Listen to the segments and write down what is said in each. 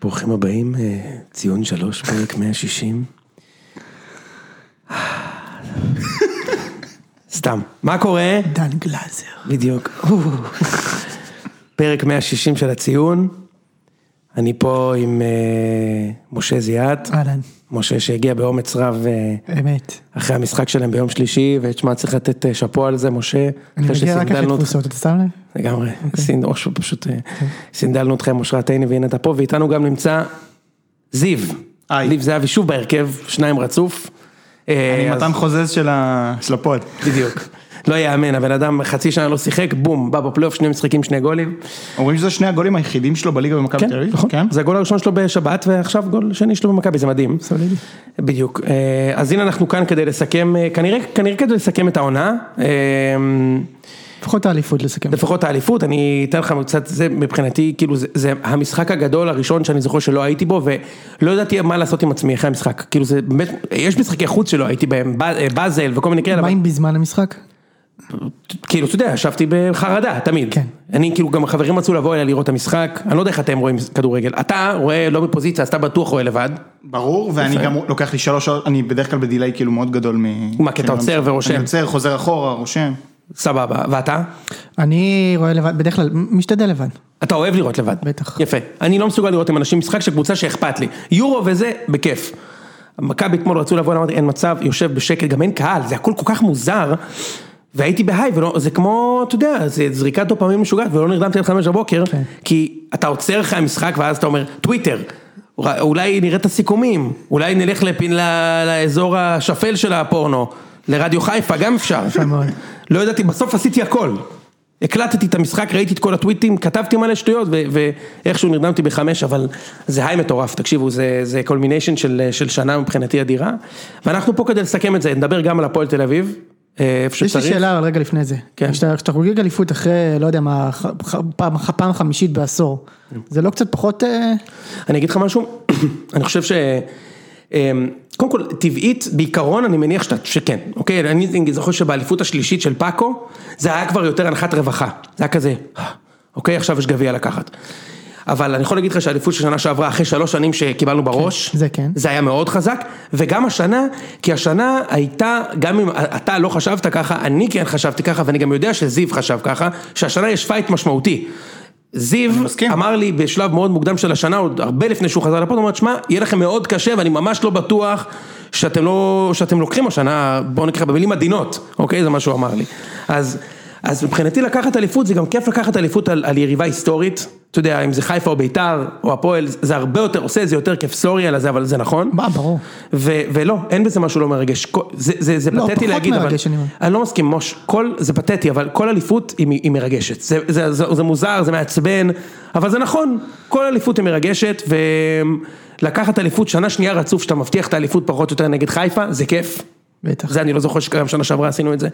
ברוכים הבאים, ציון 3, פרק 160. סתם, מה קורה? דן גלזר. בדיוק. פרק 160 של הציון. אני פה עם משה זיאת. אהלן. משה שהגיע באומץ רב. אמת. אחרי המשחק שלהם ביום שלישי, ותשמע, צריך לתת שאפו על זה, משה. אני מגיע רק אחרי תפוסות, אתה שם לב? לגמרי. פשוט סינדלנו אתכם, אושרת עיני, והנה אתה פה, ואיתנו גם נמצא זיו. ליב זהבי שוב בהרכב, 2 רצוף. אני מתן חוזז של הפועל. בדיוק. לא יאמן, הבן אדם חצי שנה לא שיחק, בום, בא בפלייאוף, 2 משחקים, 2 גולים. אומרים שזה 2 הגולים היחידים שלו בליגה במכבי תל אביב? כן, זה הגול הראשון שלו בשבת, ועכשיו גול שני שלו במכבי, זה מדהים. סולידי. בדיוק. אז הנה אנחנו כאן כדי לסכם, כנראה כדי לסכם את העונה. לפחות האליפות לסכם. לפחות האליפות, אני אתן לך קצת, זה מבחינתי, כאילו זה המשחק הגדול הראשון שאני זוכר שלא הייתי בו, ולא ידעתי מה לעשות עם עצמי אחרי המשחק. כאילו זה באמת, יש משחקי חוץ שלא הייתי בהם, בזל וכל מיני כאלה. מה עם בזמן המשחק? כאילו, אתה יודע, ישבתי בחרדה, תמיד. כן. אני, כאילו, גם החברים רצו לבוא אליי לראות את המשחק, אני לא יודע איך אתם רואים כדורגל. אתה רואה לא בפוזיציה, אז אתה בטוח רואה לבד. ברור, ואני גם לוקח לי 3 שעות, אני בדרך כלל בדילי כאילו מאוד גדול מה, כי אתה עוצר ורושם? אני עוצר, חוזר אחורה, רושם. סבבה, ואתה? אני רואה לבד, בדרך כלל, משתדל לבד. אתה אוהב לראות לבד? בטח. יפה. אני לא מסוגל לראות עם אנשים משחק שקבוצה שאכפת לי. יורו וזה, בכיף. מכבי אתמול רצו לבוא, אמרתי, אין מצב, יושב בשקט, גם אין קהל, זה הכל כל כך מוזר. והייתי בהיי, זה כמו, אתה יודע, זה זריקת דופמין משוגעת, ולא נרדמתי עד 5 בבוקר, כי אתה עוצר לך המשחק, ואז אתה אומר, טוויטר, אולי נראה את הסיכומים, אולי נלך לאזור השפל של הפורנו, לרדיו חיפה, גם אפשר. לא ידעתי, בסוף עשיתי הכל. הקלטתי את המשחק, ראיתי את כל הטוויטים, כתבתי מלא שטויות, ואיכשהו נרדמתי ב5, אבל זה היי מטורף, תקשיבו, זה קולמיניישן של שנה מבחינתי אדירה, ואנחנו פה כדי לסכם את זה, נדבר גם על הפועל תל אביב, יש לי שאלה על רגע לפני זה, כשאתה חוגג אליפות אחרי, לא יודע מה, פעם חמישית בעשור, זה לא קצת פחות... אני אגיד לך משהו, אני חושב ש... קודם כל, טבעית, בעיקרון אני מניח שכן, אוקיי? אני זוכר שבאליפות השלישית של פאקו, זה היה כבר יותר הנחת רווחה, זה היה כזה, אוקיי, עכשיו יש גביע לקחת. אבל אני יכול להגיד לך שהאליפות של שנה שעברה, אחרי 3 שנים שקיבלנו בראש, זה כן. זה היה מאוד חזק, וגם השנה, כי השנה הייתה, גם אם אתה לא חשבת ככה, אני כן חשבתי ככה, ואני גם יודע שזיו חשב ככה, שהשנה יש פייט משמעותי. זיו אמר לי בשלב מאוד מוקדם של השנה, עוד הרבה לפני שהוא חזר לפה, הוא אומר, שמה, יהיה לכם מאוד קשה, ואני ממש לא בטוח שאתם לוקחים השנה, בואו נקרא במילים עדינות, אוקיי, זה מה שהוא אמר לי. אז מבחינתי לקחת אליפות, זה גם כיף לקחת אליפות על יריבה היסטורית, אתה יודע, אם זה חיפה או ביתר, או הפועל, זה הרבה יותר, עושה זה יותר כיף סורי על זה, אבל זה נכון. ברור. ולא, אין בזה משהו לא מרגש, זה פתטי להגיד, אבל אני לא מסכים, מוש, זה פתטי, אבל כל אליפות היא מרגשת, זה מוזר, זה מעצבן, אבל זה נכון, כל אליפות היא מרגשת, ולקחת אליפות שנה שנייה רצוף, שאתה מבטיח את האליפות פחות או יותר נגד חיפה, זה כיף. בטח. זה אני לא זוכר שגם שנה שעברה עשינו את זה.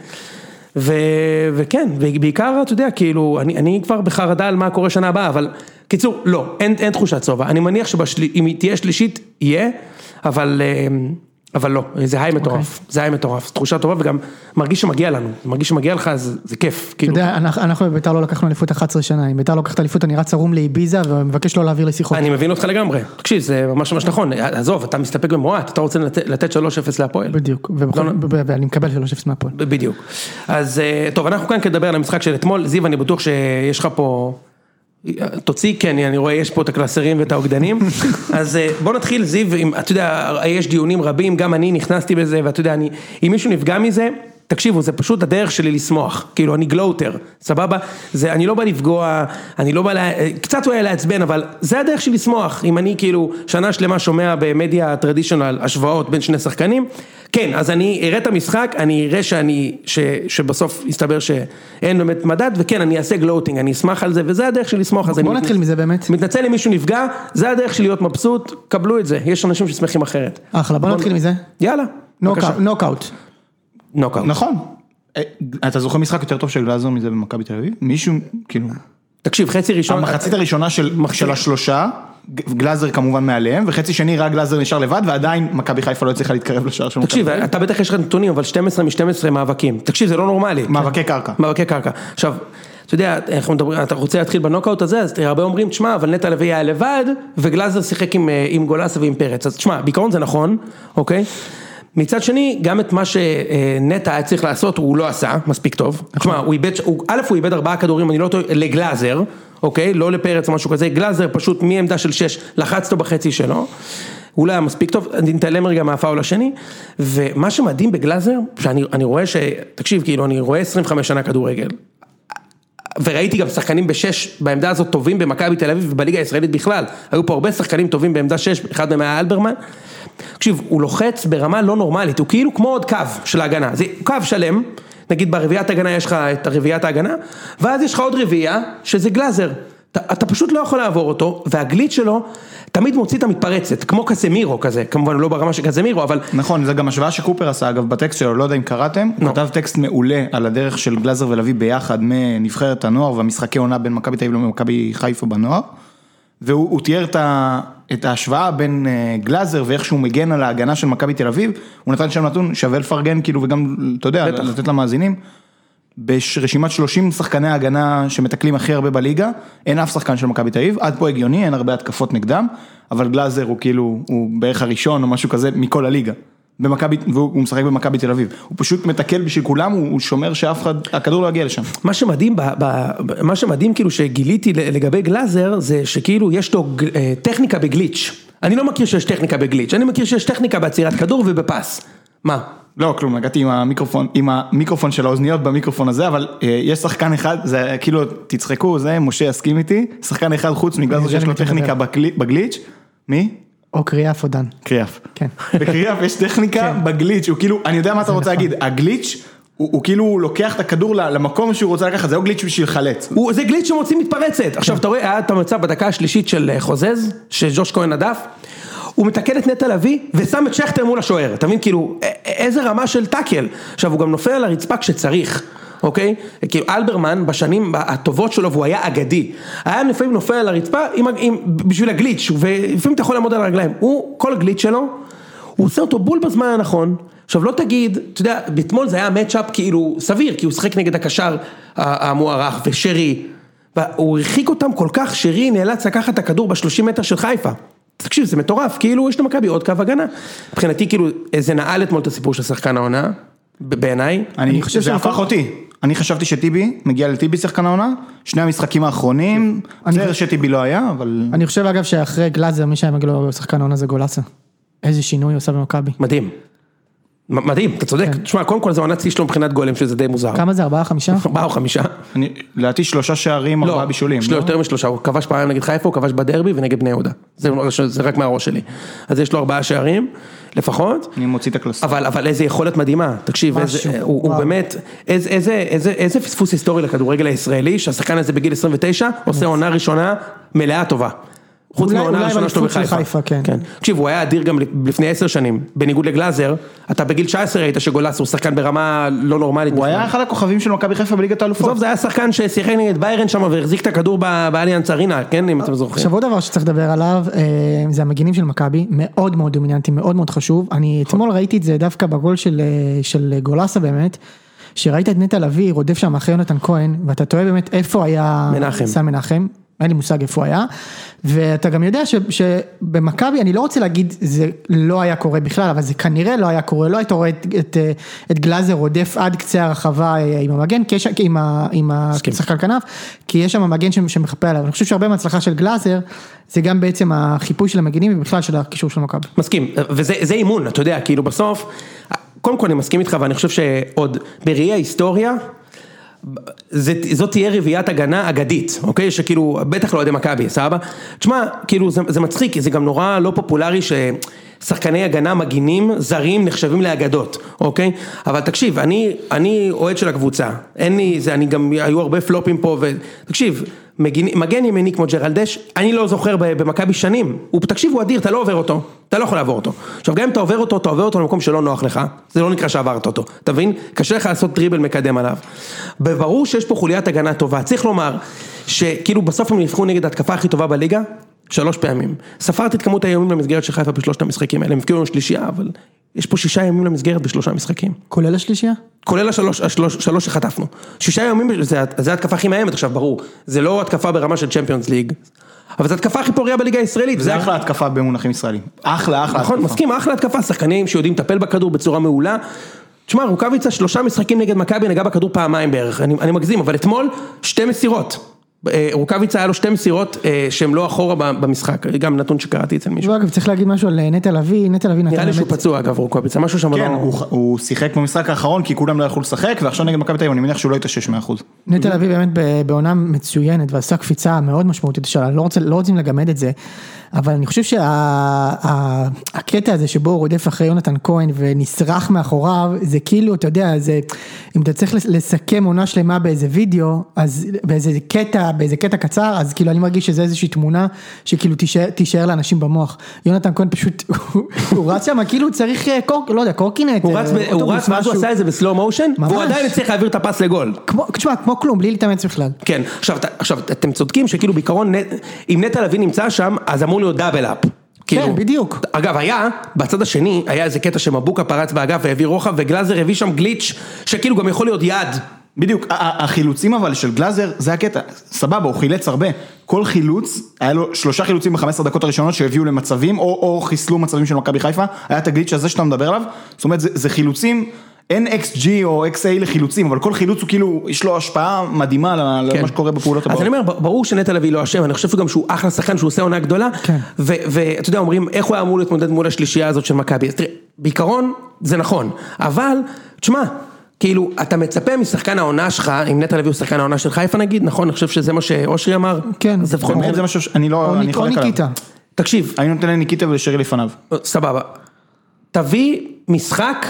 וכן, ובעיקר, אתה יודע, כאילו, אני כבר בחרדה על מה קורה שנה הבאה, אבל קיצור, לא, אין תחושת סובה. אני מניח שאם היא תהיה שלישית, יהיה, אבל לא, זה היי מטורף, זה היי מטורף, תחושה טובה, וגם מרגיש שמגיע לנו, מרגיש שמגיע לך, זה כיף. אתה יודע, אנחנו בביתר לא לקחנו אליפות 11 שנה, אם ביתר לוקחת אליפות, אני רץ ערום לאיביזה, ומבקש לא להעביר לשיחות. אני מבין אותך לגמרי, תקשיב, זה ממש ממש נכון, עזוב, אתה מסתפק במועט, אתה רוצה לתת 3-0 להפועל. בדיוק, ואני מקבל 3-0 מהפועל. בדיוק. אז טוב, אנחנו כאן כדבר על המשחק של אתמול, זיו, אני בטוח שיש לך פה... תוציא, כן, אני רואה, יש פה את הקלסרים ואת העוגדנים, אז בוא נתחיל זיו, אתה יודע, יש דיונים רבים, גם אני נכנסתי בזה, ואתה יודע, אם מישהו נפגע מזה, תקשיבו, זה פשוט הדרך שלי לשמוח, כאילו, אני גלוטר, סבבה? אני לא בא לפגוע, אני לא בא, קצת הוא היה להצבן, אבל זה הדרך שלי לשמוח, אם אני כאילו שנה שלמה שומע במדיה טרדישיונל השוואות בין 2 שחקנים, כן, אז אני אראה את המשחק, אני אראה שבסוף יסתבר שאין באמת מדד, וכן, אני אעשה גלוטינג, אני אשמח על זה, וזה הדרך שלי לשמוח. בוא נתחיל מזה באמת. מתנצל אם מישהו נפגע, זה הדרך שלי להיות מבסוט, קבלו את זה, יש אנשים ששמחים אחרת. אחלה, בוא נתחיל מזה. יאללה. נוקאוט. נכון. אתה זוכר משחק יותר טוב של גלאזר מזה במכבי תל אביב? מישהו, כאילו... תקשיב, חצי ראשון... המחצית הראשונה של השלושה, גלאזר כמובן מעליהם, וחצי שני רק גלאזר נשאר לבד, ועדיין מכבי חיפה לא הצליחה להתקרב לשער של מכבי. תקשיב, אתה בטח יש לך נתונים, אבל 12 מ-12 מאבקים. תקשיב, זה לא נורמלי. מאבקי קרקע. מאבקי קרקע. עכשיו, אתה יודע, אתה רוצה להתחיל בנוקאוט הזה, אז הרבה אומרים, תשמע, אבל נטע לביא היה לבד, וגלאזר שיחק עם גולסה ועם פרץ, אז תשמע, בעיקרון זה נכון, אוקיי? מצד שני, גם את מה שנטע היה צריך לעשות, הוא לא עשה, מספיק טוב. תשמע, הוא איבד 4 כדורים, אני לא טועה, לגלאזר, אוקיי? לא לפרץ או משהו כזה, גלאזר פשוט מעמדה של 6, לחץ אותו בחצי שלו, הוא לא היה מספיק טוב, אני נתעלם רגע מהפאול השני, ומה שמדהים בגלאזר, שאני רואה תקשיב, כאילו, אני רואה 25 שנה כדורגל, וראיתי גם שחקנים ב6 בעמדה הזאת טובים במכבי תל אביב ובליגה הישראלית בכלל, היו פה הרבה שחקנים טובים בעמדה 6, אחד מהם היה אלברמן, תקשיב, הוא לוחץ ברמה לא נורמלית, הוא כאילו כמו עוד קו של ההגנה, זה קו שלם, נגיד ברביעיית ההגנה יש לך את רביעיית ההגנה, ואז יש לך עוד רביעייה, שזה גלאזר, אתה פשוט לא יכול לעבור אותו, והגליץ' שלו תמיד מוציא את המתפרצת, כמו קסמירו כזה, כמובן לא ברמה של קסמירו, אבל... נכון, זה גם השוואה שקופר עשה, אגב, בטקסט שלו, לא יודע אם קראתם, הוא כתב טקסט מעולה על הדרך של גלאזר ולוי ביחד מנבחרת הנוער, והמשחקי עונה בין מכבי תל אביב למכבי חיפה בנוער, והוא תיאר את ההשוואה בין גלאזר ואיך שהוא מגן על ההגנה של מכבי תל אביב, הוא נתן שם נתון שווה לפרגן, כאילו, וגם, אתה יודע, לתת למאזינים, ברשימת 30 שחקני ההגנה שמתקלים הכי הרבה בליגה, אין אף שחקן של מכבי תל אביב, עד פה הגיוני, אין הרבה התקפות נגדם, אבל גלאזר הוא כאילו, הוא בערך הראשון או משהו כזה מכל הליגה, והוא משחק במכבי תל אביב, הוא פשוט מתקל בשביל כולם, הוא שומר שאף אחד, הכדור לא יגיע לשם. מה שמדהים כאילו שגיליתי לגבי גלאזר, זה שכאילו יש לו טכניקה בגליץ', אני לא מכיר שיש טכניקה בגליץ', אני מכיר שיש טכניקה בעצירת כדור ובפס, מה? לא, כלום, נגעתי עם המיקרופון של האוזניות במיקרופון הזה, אבל יש שחקן אחד, זה כאילו, תצחקו, זה משה יסכים איתי, שחקן אחד חוץ מגלאזר שיש לו טכניקה בגליץ', מי? או קריאף או דן. קריאף. כן. בקריאף יש טכניקה בגליץ', הוא כאילו, אני יודע מה אתה רוצה להגיד, הגליץ', הוא כאילו לוקח את הכדור למקום שהוא רוצה לקחת, זה לא גליץ' בשביל חלץ. זה גליץ' שמוציא מתפרצת. עכשיו אתה רואה, היה את המצב בדקה השלישית של חוזז, שג'וש כהן הדף, הוא מתקל את נטע לביא ושם את שכטר מול השוער, אתה מבין כאילו איזה רמה של טאקל, עכשיו הוא גם נופל על הרצפה כשצריך, אוקיי? כאילו אלברמן בשנים הטובות שלו והוא היה אגדי, היה לפעמים נופל על הרצפה בשביל הגליץ' ולפעמים אתה יכול לעמוד על הרגליים, כל הגליץ' שלו, הוא עושה אותו בול בזמן הנכון, עכשיו לא תגיד, אתה יודע, בתמול זה היה מאצ'אפ כאילו סביר, כי הוא שחק נגד הקשר המוערך ושרי, והוא הרחיק אותם כל כך, שרי נאלץ לקחת את הכדור ב-30 מטר של חיפה, תקשיב, זה מטורף, כאילו יש למכבי עוד קו הגנה. מבחינתי, כאילו, זה נעל אתמול את הסיפור של שחקן העונה, בעיניי. זה הפך אותי. אני חשבתי שטיבי, מגיע לטיבי שחקן העונה, שני המשחקים האחרונים, זה שטיבי לא היה, אבל... אני חושב אגב שאחרי גלאזר, מי שהיה מגיע לו שחקן העונה זה גולסה. איזה שינוי עושה במכבי. מדהים. מדהים, אתה צודק. תשמע, קודם כל זה עונת שיא שלו מבחינת גולים, שזה די מוזר. כמה זה? 4-5? 4 או 5. לדעתי 3 שערים, 4 בישולים. יש לו יותר מ3, הוא כבש פעם נגד חיפה, הוא כבש בדרבי ונגד בני יהודה. זה רק מהראש שלי. אז יש לו 4 שערים, לפחות. אני מוציא את הקלסר. אבל איזה יכולת מדהימה, תקשיב, הוא באמת, איזה פספוס היסטורי לכדורגל הישראלי, שהשחקן הזה בגיל 29 עושה עונה ראשונה מלאה טובה. חוץ מהעונה הראשונה שלו בחיפה. כן. תקשיב, הוא היה אדיר גם לפני 10 שנים, בניגוד לגלאזר, אתה בגיל 19 ראית שגולס הוא שחקן ברמה לא נורמלית. הוא היה אחד הכוכבים של מכבי חיפה בליגת האלופות. בסוף זה היה שחקן ששיחק נגד ביירן שם והחזיק את הכדור באליאנס ארינה, כן, אם אתם זוכרים. עכשיו עוד דבר שצריך לדבר עליו, זה המגינים של מכבי, מאוד מאוד דומיננטי, מאוד מאוד חשוב. אני אתמול ראיתי את זה דווקא בגול של גולסה באמת, שראית את נטע לביא רודף שם אחרי יונתן כהן, ואתה טועה באמת איפה היה סן מנחם. אין לי מושג איפה היה, ואתה גם יודע שבמכבי, אני לא רוצה להגיד, זה לא היה קורה בכלל, אבל זה כנראה לא היה קורה, לא היית רואה את גלאזר רודף עד קצה הרחבה עם המגן, עם השחקן כנף, כי יש שם המגן שמחפה עליו, אני חושב שהרבה מההצלחה של גלאזר, זה גם בעצם החיפוי של המגנים, ובכלל של הקישור של מכבי. מסכים, וזה אימון, אתה יודע, כאילו בסוף, קודם כל אני מסכים איתך, ואני חושב שעוד בראי ההיסטוריה, זאת תהיה רביעיית הגנה אגדית, אוקיי? שכאילו, בטח לא יודע מכבי, סבבה? תשמע, כאילו, זה מצחיק, כי זה גם נורא לא פופולרי ששחקני הגנה מגינים, זרים, נחשבים לאגדות, אוקיי? אבל תקשיב, אני אוהד של הקבוצה, אין לי, אני גם, היו הרבה פלופים פה, ותקשיב, מגן ימיני כמו ג'רלדש, אני לא זוכר במכבי שנים, תקשיב, הוא אדיר, אתה לא עובר אותו, אתה לא יכול לעבור אותו. עכשיו, גם אם אתה עובר אותו למקום שלא נוח לך, זה לא נקרא שעברת אותו, אתה מבין? קשה לך לעשות דריבל מקדם עליו. ברור שיש פה חוליית הגנה טובה, צריך לומר, שכאילו בסוף הם נבחרו נגד התקפה הכי טובה בליגה, 3 פעמים. ספרתי את כמות האיומים במסגרת של חיפה בשלושת המשחקים האלה, הם הפקיעו לנו שלישייה, אבל יש פה 6 ימים למסגרת ב3 משחקים. כולל השלישייה? כולל השלוש שחטפנו. 6 ימים, זה התקפה הכי מאיימת, עכשיו ברור, זה לא התקפה ברמה של צ'מפיונס ליג, אבל זה התקפה הכי פוריה בליגה הישראלית. זה אחלה התקפה במונחים ישראלים. אחלה התקפה. נכון, מסכים, אחלה התקפה, שחקנים שיודעים לטפל בכדור בצורה מעולה. תשמע, רוקאביצה 3 משחקים נגד מכבי, נגע בכדור פעמיים בערך, אני מגזים, אבל אתמול 2 מסירות. רוקאביצה היה לו 2 מסירות שהם לא אחורה במשחק, גם נתון שקראתי אצל מישהו. אגב, צריך להגיד משהו על נטע לביא, נראה לי שהוא פצוע אגב, רוקאביצה, משהו שם לא... כן, הוא שיחק במשחק האחרון, כי כולם לא יכלו לשחק, ועכשיו נגד מכבי תל אביב, אני מניח שהוא לא יתאושש 100%. נטע לביא באמת בעונה מצוינת, ועשה קפיצה מאוד משמעותית, לא רוצים לגמד את זה, אבל אני חושב שהקטע הזה שבו הוא רודף אחרי יונתן כהן ונשרח מאחוריו, זה כאילו, אתה יודע, אם אתה צריך לסכם עונה שלמה באיזה וידאו, אז באיזה קטע קצר, אז כאילו אני מרגיש שזה איזושהי תמונה, שכאילו תישאר לאנשים במוח. יונתן כהן פשוט, הוא רץ שם, כאילו הוא צריך, לא יודע, קורקינט. הוא רץ, ואז הוא עשה את זה בסלואו מושן, והוא עדיין צריך להעביר את הפס לגול. כמו כלום, בלי להתאמץ בכלל. כן, עכשיו, אתם צודקים שכאילו בעיקרון, אם נטע לביא נמצא שם, אז אמור להיות דאבל אפ. כן, בדיוק. אגב, בצד השני, היה איזה קטע שמבוקה פרץ באגף והביא רוחב, וגלאזר הביא שם גליץ' שכאילו גם יכול להיות יד. בדיוק, החילוצים אבל של גלאזר, זה הקטע, סבבה, הוא חילץ הרבה, כל חילוץ, היה לו 3 חילוצים ב-15 דקות הראשונות שהביאו למצבים, או חיסלו מצבים של מכבי חיפה, היה את הגליץ' הזה שאתה מדבר עליו, זאת אומרת, זה חילוצים, אין XG או XA לחילוצים, אבל כל חילוץ הוא כאילו, יש לו השפעה מדהימה למה שקורה בפעולות הבאות. אז אני אומר, ברור שנטע לביא לא אשם, אני חושב גם שהוא אחלה שחקן, שהוא עושה עונה גדולה, ואתה יודע, אומרים, איך הוא היה אמור להתמודד מול השלישייה הזאת של מכבי, אז תראה, בעיקרון, זה נכון, אבל, תשמע, כאילו, אתה מצפה משחקן העונה שלך, אם נטע לביא הוא שחקן העונה של חיפה נגיד, נכון, אני חושב שזה מה שאושרי אמר, כן, זה משהו שאני לא, אני חולק עליו. תקשיב, אני נותן לניקיטה ולשרי לפניו. סבבה, תביא משחק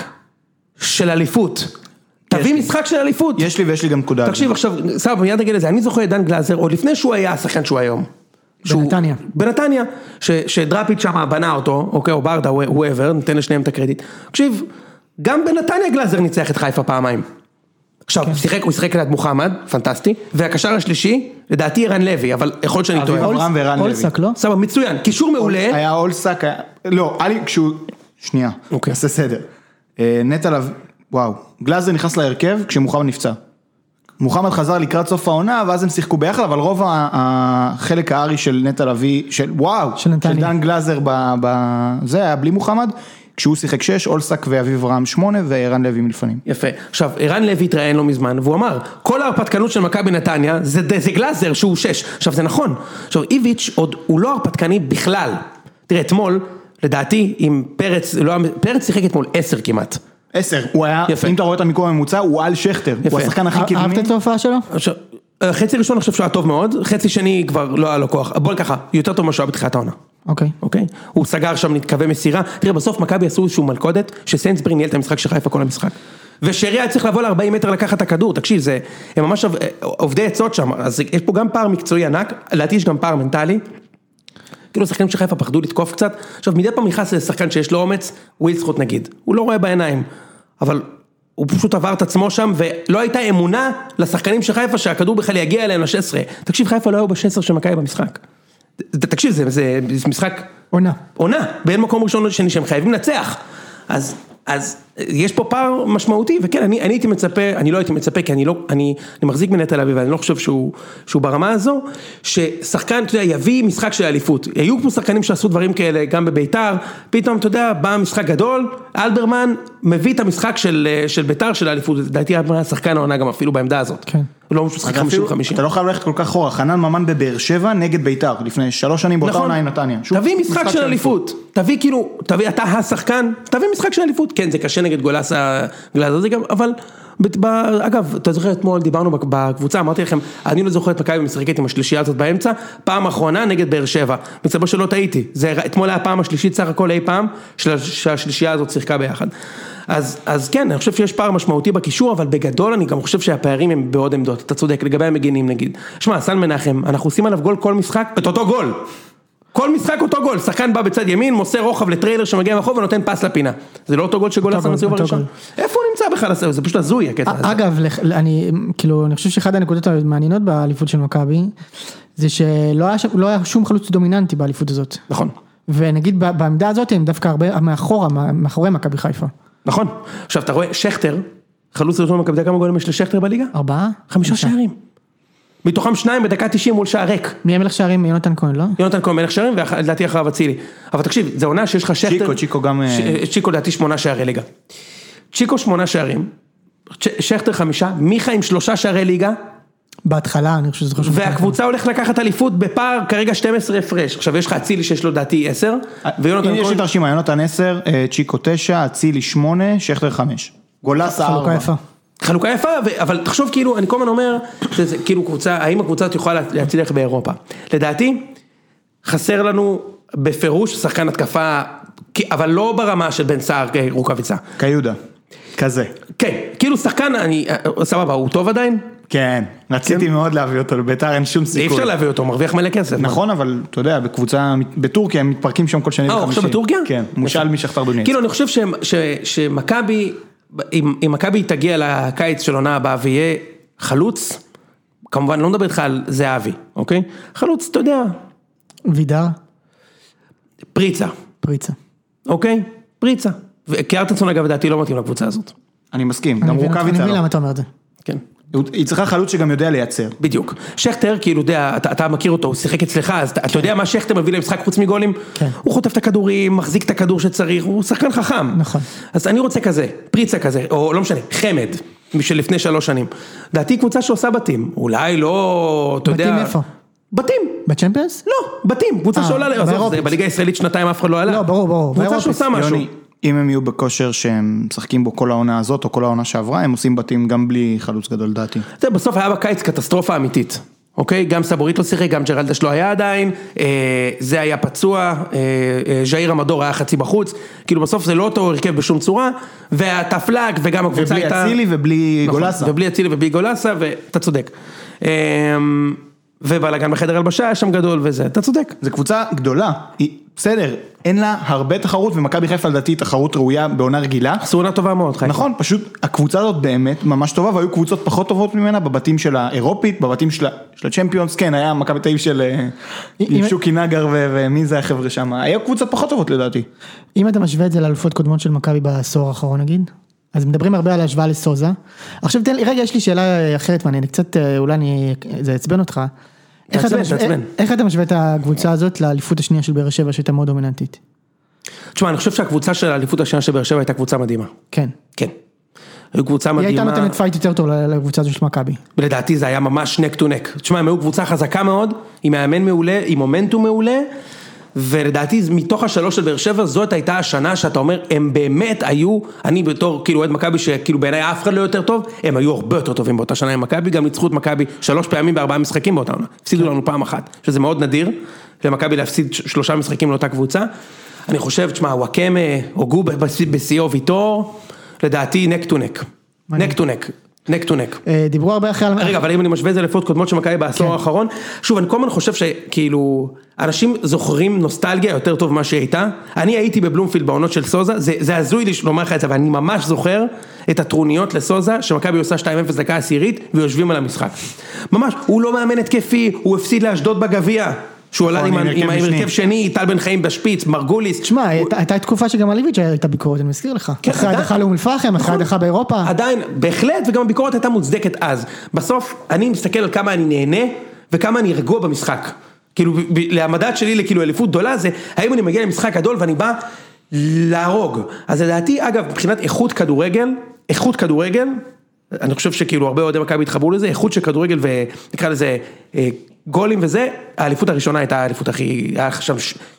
של אליפות. תביא משחק של אליפות. יש לי ויש לי גם נקודה. תקשיב עכשיו, סבבה, מיד נגיד לזה, אני זוכר את דן גלאזר, עוד לפני שהוא היה השחקן שהוא היום. בנתניה. בנתניה, שדראפיץ' שם בנה אותו, אוקיי, או ברדה, whoever, ניתן לשניהם את הקרדיט. תקשיב, גם בנתניה גלאזר ניצח את חיפה פעמיים. עכשיו, הוא שיחק ליד מוחמד, פנטסטי, והקשר השלישי, לדעתי ערן לוי, אבל יכול להיות שאני טועה. אברהם וערן לוי. אולסק, לא? סבבה, מצוין, קישור מעולה. היה אולסק, לא, כשהוא, שנייה, עשה סדר. נטע לביא, וואו, גלאזר נכנס להרכב כשמוחמד נפצע. מוחמד חזר לקראת סוף העונה, ואז הם שיחקו ביחד, אבל רוב החלק הארי של נטע לביא, של וואו, של דן גלאזר, זה היה בלי מוחמד, כשהוא שיחק 6, אולסק ואביב רם 8, וערן לוי מלפנים. יפה. עכשיו, ערן לוי התראיין לא מזמן, והוא אמר, כל ההרפתקנות של מכבי נתניה, זה גלאזר שהוא 6. עכשיו, זה נכון. עכשיו, איביץ' עוד, הוא לא הרפתקני בכלל. תראה, אתמול, לדעתי, עם פרץ שיחק אתמול 10 כמעט. 10, הוא היה, אם אתה רואה את המיקום הממוצע, הוא על שכטר, הוא השחקן הכי קדמי. אהבת את ההופעה שלו? חצי ראשון אני חושב שהוא היה טוב מאוד, חצי שני כבר לא היה לו כוח, בוא ככה, יותר טוב מה שהוא היה בתחילת העונה. אוקיי. הוא סגר שם נתקווה מסירה, תראה בסוף מכבי עשו איזשהו מלכודת, שסיינסברי ניהל את המשחק של חיפה כל המשחק, ושרי היה צריך לבוא ל-40 מטר לקחת את הכדור, תקשיב, הם ממש עובדי עצות שם, אז יש פה גם פער מקצועי ענק, לדעתי יש גם פער מנטלי, כאילו שחקנים של חיפה פחדו לתקוף קצת, עכשיו מדי פעם נכנס לשחקן שיש לו אומץ, ווילסקוט נגיד, הוא לא רואה בעיניים, אבל הוא פשוט עבר את עצמו שם, ולא הייתה אמונה לשחקנים של חיפה שהכדור בכלל יגיע אליהם ל-16. תקשיב, חיפה לא היו ב-16 של מכבי במשחק. תקשיב, זה משחק... עונה, באין מקום ראשון שני שהם חייבים לנצח. אז יש פה פער משמעותי, וכן, אני הייתי מצפה, אני לא הייתי מצפה, כי אני מחזיק מנטע לביא, ואני לא חושב שהוא ברמה הזו, ששחקן, אתה יודע, יביא משחק של אליפות. היו פה שחקנים שעשו דברים כאלה, גם בביתר, פתאום, אתה יודע, בא משחק גדול, אלברמן מביא את המשחק של ביתר של האליפות, לדעתי אלברמן שחקן העונה גם אפילו בעמדה הזאת. כן. לא משחק 50-50. אתה לא חייב ללכת כל כך חורה, חנן ממן בבאר שבע נגד ביתר, לפני 3 שנים באותה עונה עם נתניה. תביא משחק של אליפות, תביא כאילו, אתה השחקן, תביא משחק של אליפות, כן, זה קשה נגד גולסה, זה גם, אבל, אגב, אתה זוכר אתמול, דיברנו בקבוצה, אמרתי לכם, אני לא זוכר את מכבי משחקת עם השלישייה הזאת באמצע, פעם האחרונה נגד באר שבע, מצבו שלא טעיתי, אתמול היה הפעם השלישית סך הכל אי פעם, שהשלישייה הזאת שיחקה ביחד. אז כן, אני חושב שיש פער משמעותי בקישור, אבל בגדול אני גם חושב שהפערים הם בעוד עמדות, אתה צודק, לגבי המגינים נגיד. שמע, סן מנחם, אנחנו עושים עליו גול כל משחק, את אותו גול. כל משחק אותו גול, שחקן בא בצד ימין, מוסר רוחב לטריילר שמגיע מהחוב ונותן פס לפינה. זה לא אותו גול שגול עשה בסיבוב הראשון. איפה הוא נמצא בכלל? זה פשוט הזוי הקטע הזה. אגב, אני חושב שאחד הנקודות המעניינות באליפות של מכבי, זה שלא היה שום חלוץ דומיננטי באליפות הזאת. נכון. ונגיד בעמדה הזאת הם דווקא הרבה מאחורי מכבי חיפה. נכון, עכשיו אתה רואה שכטר, חלוץ ראשון מכבי, כמה גולים יש לשכטר בליגה? 4? 5 שערים. מתוכם 2 בדקה 90 מול שער ריק. מי המלך שערים? יונתן כהן, לא? יונתן כהן מלך שערים, ולדעתי אחריו אצילי. אבל תקשיב, זה עונה שיש לך שכטר... צ'יקו גם... צ'יקו לדעתי 8 שערי ליגה. צ'יקו 8 שערים, שכטר 5, מיכה עם 3 שערי ליגה. בהתחלה, אני חושב שזה חשוב. והקבוצה הולך לקחת אליפות בפער, כרגע 12 הפרש. עכשיו יש לך אצילי שיש לו דעתי 10, ויונתן כהן... יש לי תרשימה, יונתן 10, צ'יקו 9, אצילי 8, שכטר 5. גולסה 4. חלוקה יפה. חלוקה יפה, אבל תחשוב כאילו, אני כל הזמן אומר, שזה כאילו קבוצה, האם הקבוצה יכולה להצליח באירופה? לדעתי, חסר לנו בפירוש שחקן התקפה, אבל לא ברמה של בן סער רוקאביצה. קיודה, כזה. כן, כאילו שחקן, סבבה, הוא טוב עדיין? כן, רציתי מאוד להביא אותו, לביתר אין שום סיכוי. אי אפשר להביא אותו, מרוויח מלא כסף. נכון, אבל אתה יודע, בקבוצה, בטורקיה הם מתפרקים שם כל שני וחמישי. עכשיו בטורקיה? כן, מושל משכתר דונייץ. כאילו אני חושב שמכבי, אם מכבי תגיע לקיץ של עונה הבאה ויהיה חלוץ, כמובן לא מדבר איתך על זהבי, אוקיי? חלוץ, אתה יודע. וידר? פריצה. אוקיי? פריצה. וקרטנסון אגב דעתי לא מתאים לקבוצה הזאת. אני מסכים, גם רוקאביצה אני לא. מבין למה אתה אומר את זה. כן. היא צריכה חלוץ שגם יודע לייצר. בדיוק. שכטר, כאילו, אתה מכיר אותו, הוא שיחק אצלך, אז אתה יודע מה שכטר מביא למשחק חוץ מגולים? כן. הוא חוטף את הכדורים, מחזיק את הכדור שצריך, הוא שחקן חכם. נכון. אז אני רוצה כזה, פריצה כזה, או לא משנה, חמד, של לפני 3 שנים. דעתי קבוצה שעושה בתים, אולי לא, אתה יודע... בתים איפה? בתים. בצ'מפיונס? לא, בתים, קבוצה שעולה, בליגה הישראלית 2 אף אחד לא עלה. לא, ברור. קבוצה שעושה משהו. אם הם יהיו בכושר שהם משחקים בו כל העונה הזאת או כל העונה שעברה, הם עושים בתים גם בלי חלוץ גדול דעתי. זה בסוף היה בקיץ קטסטרופה אמיתית, אוקיי? גם סבורית לא שיחק, גם ג'רלדש לא היה עדיין, זה היה פצוע, ז'איר המדור היה חצי בחוץ, כאילו בסוף זה לא אותו הרכב בשום צורה, והתפלק וגם הקבוצה הייתה... ובלי אצילי ובלי גולסה. ובלי אצילי ובלי גולסה, ואתה צודק. ובלגן בחדר הלבשה היה שם גדול וזה, אתה צודק. זו קבוצה גדולה, היא בסדר, אין לה הרבה תחרות, ומכבי חיפה לדעתי תחרות ראויה בעונה רגילה. עשו עונה טובה מאוד, חיפה. נכון, פשוט הקבוצה הזאת באמת ממש טובה, והיו קבוצות פחות טובות ממנה, בבתים של האירופית, בבתים של הצ'מפיונס, כן, היה מכבי תל אביב של שוקי נגר ומי זה החבר'ה שם, היו קבוצות פחות טובות לדעתי. אם אתה משווה את זה לאלופות קודמות של מכבי בעשור האחרון נגיד, אז מדברים הרבה על השוואה לסוזה. עכשיו תן לי, רגע, יש לי שאלה אחרת, ואני קצת, אולי זה יצבן אותך. איך אתה משווה את הקבוצה הזאת לאליפות השנייה של באר שבע, שהייתה מאוד דומיננטית? תשמע, אני חושב שהקבוצה של האליפות השנייה של באר שבע הייתה קבוצה מדהימה. כן. כן. היו קבוצה מדהימה. היא הייתה נותנת פייט יותר טוב לקבוצה הזו של מכבי. לדעתי זה היה ממש נק טו נק. תשמע, הם היו קבוצה חזקה מאוד, עם מאמן מעולה, עם מומנטום מעולה, ולדעתי מתוך השלוש של באר שבע, זאת הייתה השנה שאתה אומר, הם באמת היו, אני בתור כאילו אוהד מכבי שכאילו בעיניי אף אחד לא יותר טוב, הם היו הרבה יותר טובים באותה שנה עם מכבי, גם ניצחו את מכבי 3 פעמים ב4 משחקים באותה עונה, הפסידו לנו פעם אחת, שזה מאוד נדיר, למכבי להפסיד 3 משחקים לאותה קבוצה, אני חושב, תשמע, וואקמה, הוגו בסיאו ויטור, לדעתי נק טו נק, נק טו נק. נק טו נק. דיברו הרבה אחרי... רגע, אבל אם אני משווה את זה לפות קודמות שמכבי בעשור האחרון, שוב, אני כל הזמן חושב שכאילו, אנשים זוכרים נוסטלגיה יותר טוב מה שהייתה, אני הייתי בבלומפילד בעונות של סוזה, זה הזוי לי לומר לך את זה, אבל אני ממש זוכר את הטרוניות לסוזה, שמכבי עושה 2-0 דקה עשירית, ויושבים על המשחק. ממש, הוא לא מאמן התקפי, הוא הפסיד לאשדוד בגביע, שהוא עלה עם הרכב שני, טל בן חיים בשפיץ, מרגוליס. תשמע, הייתה תקופה שגם הליביץ' הייתה ביקורת, אני מזכיר לך. אחרי הדחה לאום אל-פחם, אחרי הדחה באירופה. עדיין, בהחלט, וגם הביקורת הייתה מוצדקת אז. בסוף, אני מסתכל על כמה אני נהנה, וכמה אני רגוע במשחק. כאילו, להמדד שלי לכאילו אליפות גדולה, זה האם אני מגיע למשחק גדול ואני בא להרוג. אז לדעתי, אגב, מבחינת איכות כדורגל, אני חושב שכאילו הרבה אוהדי מכבי התחברו לזה, איכות של כדורגל ונקרא לזה גולים וזה, האליפות הראשונה הייתה האליפות הכי, היה שם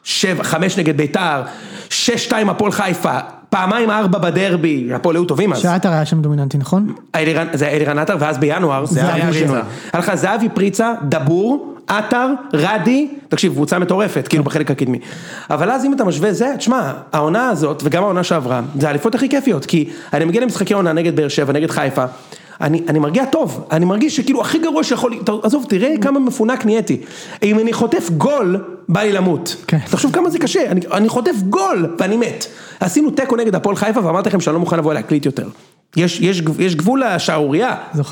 5 נגד ביתר, 6-2 הפועל חיפה, פעמיים 4 בדרבי, הפועל היו טובים אז. שעתר היה שם דומיננטי, נכון? זה היה אלירן עטר, ואז בינואר, היה לך זהבי פריצה, דבור, עטר, רדי, תקשיב, קבוצה מטורפת, כאילו בחלק הקדמי. אבל אז אם אתה משווה זה, תשמע, העונה הזאת, וגם העונה שעברה, זה האליפות הכי כיפיות, כי אני מגיע למשחקי עונה נגד באר שבע, נגד חיפה, אני מרגיע טוב, אני מרגיש שכאילו הכי גרוע שיכול, עזוב, תראה כמה מפונק נהייתי, אם אני חוטף גול, בא לי למות, תחשוב כמה זה קשה, אני חוטף גול, ואני מת, עשינו טקו נגד הפועל חיפה, ואמרתי לכם שאני לא מוכן לבוא להקליט יותר, יש גבול לשערוריה, כן?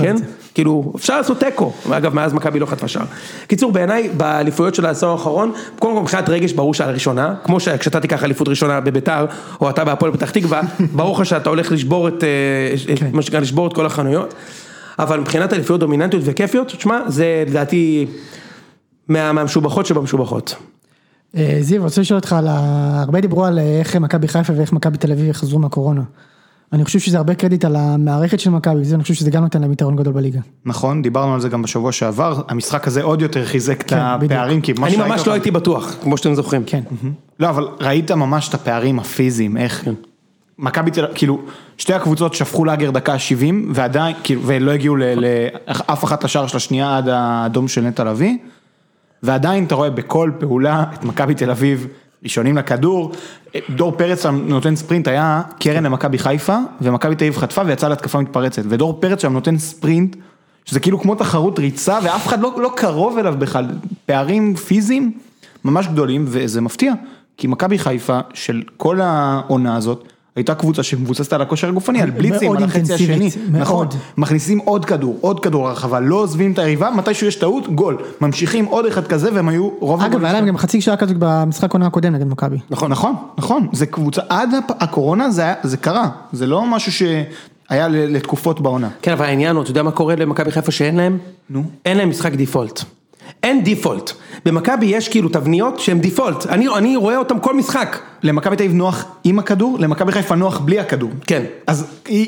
כאילו, אפשר לעשות טקו, אגב, מאז מכבי לא חטפה שער. קיצור, בעיניי, באליפויות של העשור האחרון, קודם כל מבחינת רגש ברור שעל הראשונה, כמו שכשאתה תיקח אליפות ראשונה בביתר, או אתה בהפועל פתח תקווה, ברור לך שאתה הולך לשבור את כל החנויות, אבל מבחינת אליפויות דומיננטיות וכיפיות, תשמע, זה לדעתי מהמשובחות שבמשובחות. זיו, רוצה לשאול אותך, הרבה דיברו על איך מכבי חיפה ואיך מכבי תל אביב יחזרו מהקורונה. אני חושב שזה הרבה קרדיט על המערכת של מכבי, אני חושב שזה גם נותן להם יתרון גדול בליגה. נכון, דיברנו על זה גם בשבוע שעבר, המשחק הזה עוד יותר חיזק את הפערים, אני ממש לא הייתי בטוח, כמו שאתם זוכרים. כן. לא, אבל ראית ממש את הפערים הפיזיים, איך מכבי תל אביב, כאילו, שתי הקבוצות שפכו לאגר דקה 70, ועדיין, כאילו, ולא הגיעו לאף אחת לשער של השנייה עד האדום של נטע לביא, ועדיין אתה רואה בכל פעולה את מכבי תל אביב, ראשונים לכדור, דור פרץ שם נותן ספרינט, היה קרן למכבי חיפה, ומכבי תל אביב חטפה ויצאה להתקפה מתפרצת, ודור פרץ שם נותן ספרינט, שזה כאילו כמו תחרות ריצה, ואף אחד לא קרוב אליו בכלל, פערים פיזיים ממש גדולים, וזה מפתיע, כי מכבי חיפה של כל העונה הזאת, הייתה קבוצה שמבוססת על הכושר הגופני, על בליצים, על החצי השני, נכון, מכניסים עוד כדור לרחבה, לא עוזבים את היריבה, מתישהו יש טעות, גול, ממשיכים עוד אחד כזה, והם היו רוב... אגב, היה להם גם חצי שעה כזאת במשחק עונה הקודם נגד מכבי. נכון, זה קבוצה, עד הקורונה זה קרה, זה לא משהו שהיה לתקופות בעונה. כן, אבל העניין הוא, אתה יודע מה קורה למכבי חיפה שאין להם? נו. אין להם משחק דיפולט. אין דיפולט. במכבי יש כאילו תבניות שהן דיפולט. אני רואה אותם כל משחק. למכבי תל אביב נוח עם הכדור, למכבי חיפה נוח בלי הכדור. כן. אז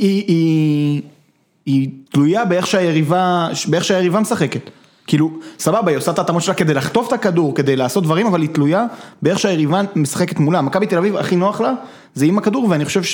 היא תלויה באיך שהיריבה משחקת. כאילו, סבבה, היא עושה את התאמות שלה כדי לחטוף את הכדור, כדי לעשות דברים, אבל היא תלויה באיך שהיריבה משחקת מולה. מכבי תל אביב הכי נוח לה, זה עם הכדור, ואני חושב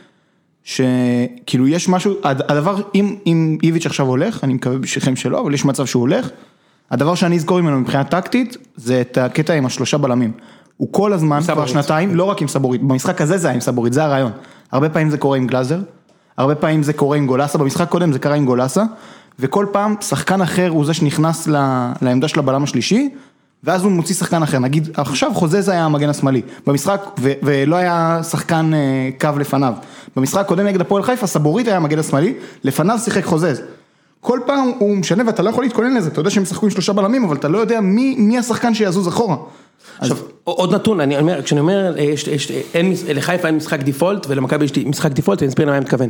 שכאילו יש משהו, הדבר, אם איביץ' עכשיו הולך, אני מקווה בשבילכם שלא, אבל יש מצב שהוא הולך, הדבר שאני אזכור ממנו מבחינה טקטית, זה את הקטע עם השלושה בלמים. הוא כל הזמן, כבר שנתיים, לא רק עם סבורית, במשחק הזה זה היה עם סבורית, זה הרעיון. הרבה פעמים זה קורה עם גלאזר, הרבה פעמים זה קורה עם גולסה, במשחק קודם זה קרה עם גולסה, וכל פעם שחקן אחר הוא זה שנכנס לעמדה של הבלם השלישי, ואז הוא מוציא שחקן אחר, נגיד, עכשיו חוזז היה המגן השמאלי, במשחק, ולא היה שחקן קו לפניו. במשחק קודם נגד הפועל חיפה, סבורית היה המגן השמאלי, לפניו שיחק חוזז. כל פעם הוא משנה ואתה לא יכול להתכונן לזה, אתה יודע שהם משחקו עם שלושה בלמים, אבל אתה לא יודע מי השחקן שיזוז אחורה. עכשיו, עוד נתון, כשאני אומר, לחיפה אין משחק דיפולט, ולמכבי יש משחק דיפולט, ואני אסביר למה אני מתכוון.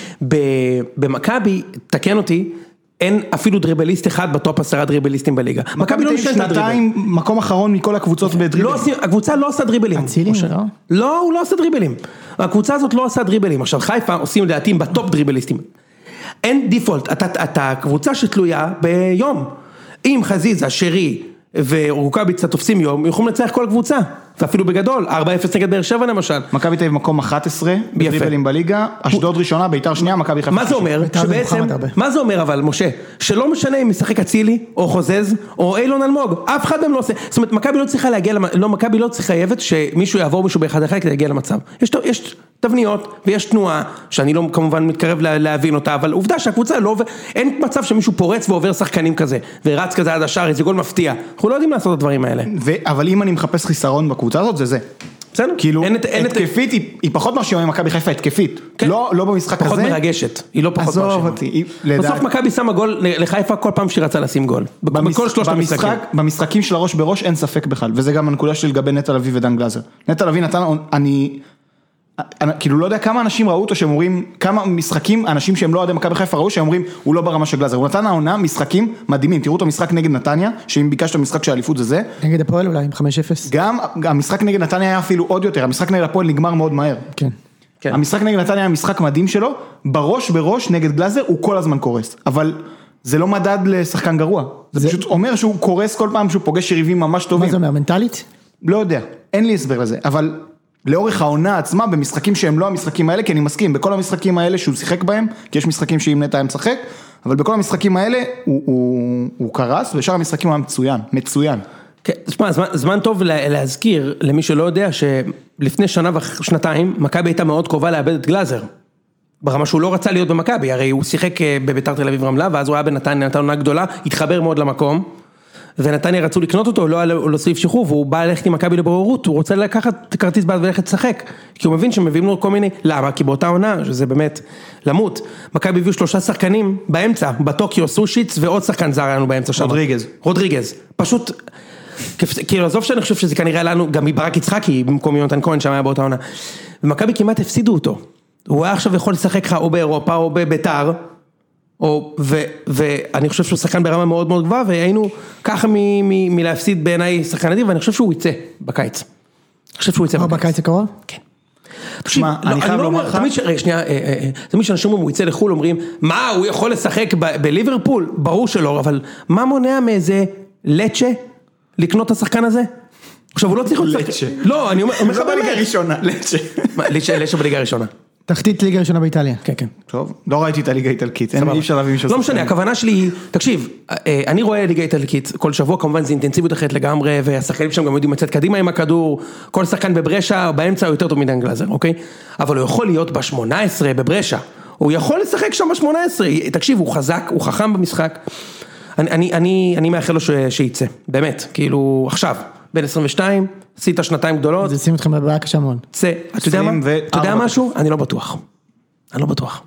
במכבי, תקן אותי, אין אפילו דריבליסט אחד בטופ 10 דריבליסטים בליגה. מכבי לא משנה את הדריבל. שנתיים, מקום אחרון מכל הקבוצות בדריבלים. הקבוצה לא עושה דריבלים. אצילי, לא? לא, הוא לא עושה דריבלים. הקבוצה הזאת לא עושה דריבלים. עכשיו, חיפה עושים לדעתי בטופ דריבליסטים. אין דיפולט, אתה קבוצה שתלויה ביום. אם חזיזה, שרי ורוקאביצה תופסים יום, יכולים לנצח כל קבוצה. ואפילו בגדול, 4-0 נגד באר שבע למשל. מכבי תל אביב מקום 11 בדריבלים בליגה, אשדוד ראשונה, ביתר שנייה, מכבי חיפה. מה זה אומר? שבעצם, מה זה אומר אבל, משה? שלא משנה אם משחק אצילי, או חוזז, או אילון אלמוג, אף אחד מהם לא עושה. זאת אומרת, מכבי לא צריכה להגיע, מכבי לא צריכה חייבת שמישהו יעבור מישהו באחד אחד כדי להגיע למצב. יש תבניות ויש תנועה, שאני לא כמובן מתקרב להבין אותה, אבל עובדה שהקבוצה לא, אין מצב שמישהו פורץ ועובר שחקנים כזה, ורץ כזה עד השער, זה גול מפתיע. אנחנו לא יודעים לעשות את הדברים האלה. אבל אם אני מחפש חיסרון בקבוצה הזאת, זה. בסדר? כאילו, התקפית היא פחות משהו עם מכבי חיפה התקפית. לא במשחק הזה. פחות מרגשת. היא לא פחות משהו. עזוב אותי. בסוף מכבי שמה גול לחיפה כל פעם שהיא רצה לשים גול. בכל שלושת המשחקים. במשחקים של הראש בראש אין ספק בכלל. וזה גם הנקודה שלי לגבי נטע לביא ודן גלאזר. נטע לביא נתן, כאילו לא יודע כמה אנשים ראו אותו שהם אומרים, כמה משחקים, אנשים שהם לא אוהדי מכבי חיפה ראו שהם אומרים, הוא לא ברמה של גלאזר, הוא נתן העונה משחקים מדהימים, תראו את המשחק נגד נתניה, שאם ביקשת משחק של האליפות זה. נגד הפועל אולי עם 5-0. גם המשחק נגד נתניה היה אפילו עוד יותר, המשחק נגד הפועל נגמר מאוד מהר. כן. המשחק נגד נתניה היה משחק מדהים שלו, בראש נגד גלאזר הוא כל הזמן קורס, אבל זה לא מדד לשחקן גרוע, זה פשוט אומר שהוא קורס כל פעם שהוא פוגש יריבים ממש טובים. מה זה אומר, מנטלית? לא יודע, אין לי הסבר לזה, אבל לאורך העונה עצמה, במשחקים שהם לא המשחקים האלה, כי אני מסכים, בכל המשחקים האלה שהוא שיחק בהם, כי יש משחקים שאם נטע היה משחק, אבל בכל המשחקים האלה הוא קרס, ושאר המשחקים היה מצוין. כן, תשמע, זמן טוב להזכיר למי שלא יודע שלפני שנה ושנתיים, מכבי הייתה מאוד קרובה לאבד את גלאזר. ברמה שהוא לא רצה להיות במכבי, הרי הוא שיחק בביתר תל אביב רמלה, ואז הוא היה בנתניה, נתן עונה גדולה, התחבר מאוד למקום, ונתניה רצו לקנות אותו, לא סעיף שחרור, והוא בא ללכת עם מכבי לבוררות, הוא רוצה לקחת כרטיס בעד וללכת לשחק, כי הוא מבין שמביאים לו כל מיני, למה? כי באותה עונה, שזה באמת למות, מכבי הביאו 3 שחקנים באמצע, בטוקיו, סושיץ, ועוד שחקן זר היה לנו באמצע שם. רודריגז, פשוט, כאילו עזוב שאני חושב שזה כנראה לנו, גם מברק יצחקי, במקום יונתן כהן שם היה באותה עונה, ומכבי כמעט הפסידו אותו, הוא היה עכשיו יכול לשחק או באירופה או בביתר, ואני חושב שהוא שחקן ברמה מאוד מאוד גבוהה, והיינו ככה מלהפסיד בעיניי שחקן אדיר, ואני חושב שהוא יצא בקיץ. אני חושב שהוא יצא בקיץ. בקיץ הקרוב? כן. תשמע, אני חייב לומר לך... תמיד שאנשים הוא יצא לחול, אומרים, מה, הוא יכול לשחק בליברפול? ברור שלא, אבל מה מונע מאיזה לצ'ה לקנות את השחקן הזה? עכשיו, הוא לא צריך לשחק... לצ'ה. לא, אני אומר לך לא בליגה הראשונה, לצ'ה. לצ'ה בליגה הראשונה. תחתית ליגה ראשונה באיטליה. כן, כן. טוב, לא ראיתי את הליגה האיטלקית, אי אפשר להביא מישהו... לא משנה, הכוונה שלי, תקשיב, אני רואה ליגה איטלקית, כל שבוע כמובן זה אינטנסיביות אחרת לגמרי, והשחקנים שם גם יודעים לצאת קדימה עם הכדור, כל שחקן בברשה, באמצע הוא יותר טוב מדן גלאזר, אוקיי? אבל הוא יכול להיות ב-18 בברשה, הוא יכול לשחק שם ב-18, תקשיב, הוא חזק, הוא חכם במשחק, אני מאחל לו שייצא, באמת, כאילו, עכשיו, בין 22, עשית שנתיים גדולות. זה שים אתכם בבעיה קשה מאוד. צא, אתה יודע משהו? אני לא בטוח. אני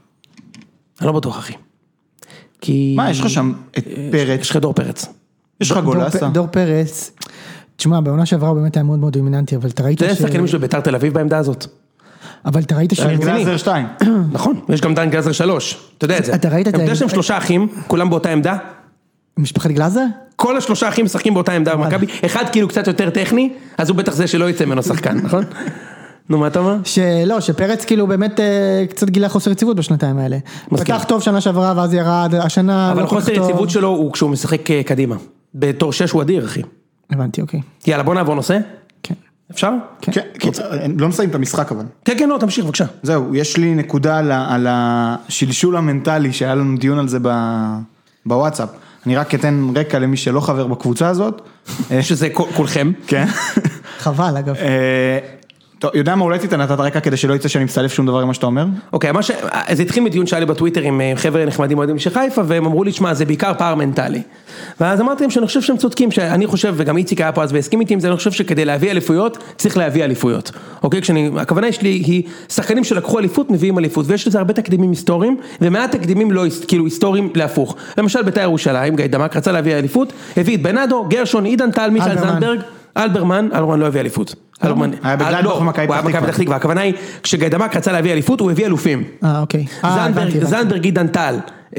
לא בטוח, אחי. כי... מה, יש לך שם את פרץ? יש לך דור פרץ. יש לך גולסה? דור פרץ, תשמע, בעונה שעברה הוא באמת היה מאוד מאוד דומיננטי, אבל אתה ראית זה שחקנים של ביתר תל אביב בעמדה הזאת. אבל אתה ראית גלאזר 2. נכון, יש גם דן גלאזר 3. אתה יודע את זה. אתה ראית את זה. אתה יודע שהם 3 אחים, כולם באותה עמדה? משפחת גלאזר? כל 3 אחים משחקים באותה עמדה במכבי, אחד כאילו קצת יותר טכני, אז הוא בטח זה שלא יצא ממנו שחקן, נכון? נו, מה אתה אומר? שלא, שפרץ כאילו באמת קצת גילה חוסר יציבות בשנתיים האלה. פתח טוב שנה שעברה ואז ירד, השנה... אבל חוסר יציבות שלו הוא כשהוא משחק קדימה. בתור 6 הוא אדיר, אחי. הבנתי, אוקיי. יאללה, בוא נעבור נושא. כן. אפשר? כן, לא נסיים את המשחק אבל. כן, כן, לא, תמשיך, בבקשה. זהו, יש לי נקודה על השלשול המנטלי, שהיה לנו דיון על זה בוואטסאפ. אני רק אתן רקע למי שלא חבר בקבוצה הזאת. שזה כולכם. כן. חבל, אגב. טוב, יודע מה, אולי תיתן את הרקע כדי שלא יצא שאני מסלף שום דבר עם מה שאתה אומר? אוקיי, זה התחיל מדיון שהיה לי בטוויטר עם חבר'ה נחמדים מועדים של חיפה, והם אמרו לי, שמה, זה בעיקר פער מנטלי. ואז אמרתי להם שאני חושב שהם צודקים, שאני חושב, וגם איציק היה פה אז והסכים איתי עם זה, אני חושב שכדי להביא אליפויות, צריך להביא אליפויות. אוקיי, הכוונה שלי היא, שחקנים שלקחו אליפות, מביאים אליפות, ויש לזה הרבה תקדימים היסטוריים, ומעט תקדימים לא, כאילו, היסטוריים להפוך. למשל, בית"ר ירושלים, גיא דמק רצה להביא אליפות, הביא את בנאדו, גרשון, עידן טל, מיכאל זנדברג, אלברמן לא הביא אליפות. היה בגלל מכבי פתח תקווה, הכוונה היא, כשגיא דמק רצה להביא אליפות, הוא הביא אלופים. אוקיי. זנדברג, עידן טל,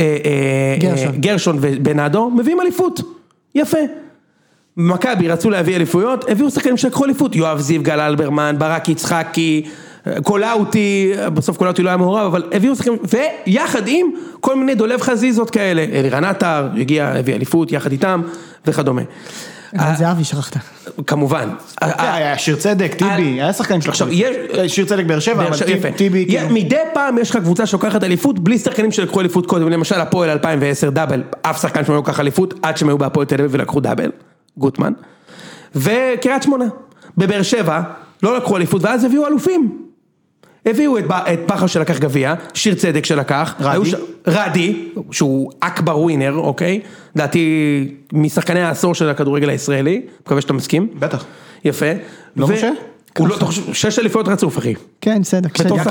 גרשון ובנאדו, מביאים אליפות. יפה. מכבי רצו להביא אליפויות, הביאו שחקנים שלקחו אליפות, יואב זיו, גל אלברמן, ברק יצחקי, קולאוטי, בסוף קולאוטי לא היה מעורב, אבל הביאו שחקנים, ויחד עם כל מיני דולב חזיזות כאלה, אלירן עטר, הגיע, הביא אליפות, יחד איתם, וכדומה. זה אבי, שכחת. כמובן. היה שיר צדק, טיבי, היה שחקנים שלך. שיר צדק באר שבע, אבל טיבי... מדי פעם יש לך קבוצה שלוקחת אליפות, בלי שחקנים שלקחו אליפות קודם, למשל הפועל 2010 דאבל, אף שחקן שלא לקח אליפות, עד שהם היו בהפועל תל אביב ולקחו דאבל, גוטמן, וקריית שמונה, בבאר שבע, לא לקחו אליפות, ואז הביאו אלופים. הביאו את פחר שלקח גביע, שיר צדק שלקח, רדי, שהוא אקבר ווינר, אוקיי? דעתי משחקני העשור של הכדורגל הישראלי, מקווה שאתה מסכים. בטח. יפה. לא משה? הוא לא, 6 אליפויות רצוף, אחי. כן, בסדר.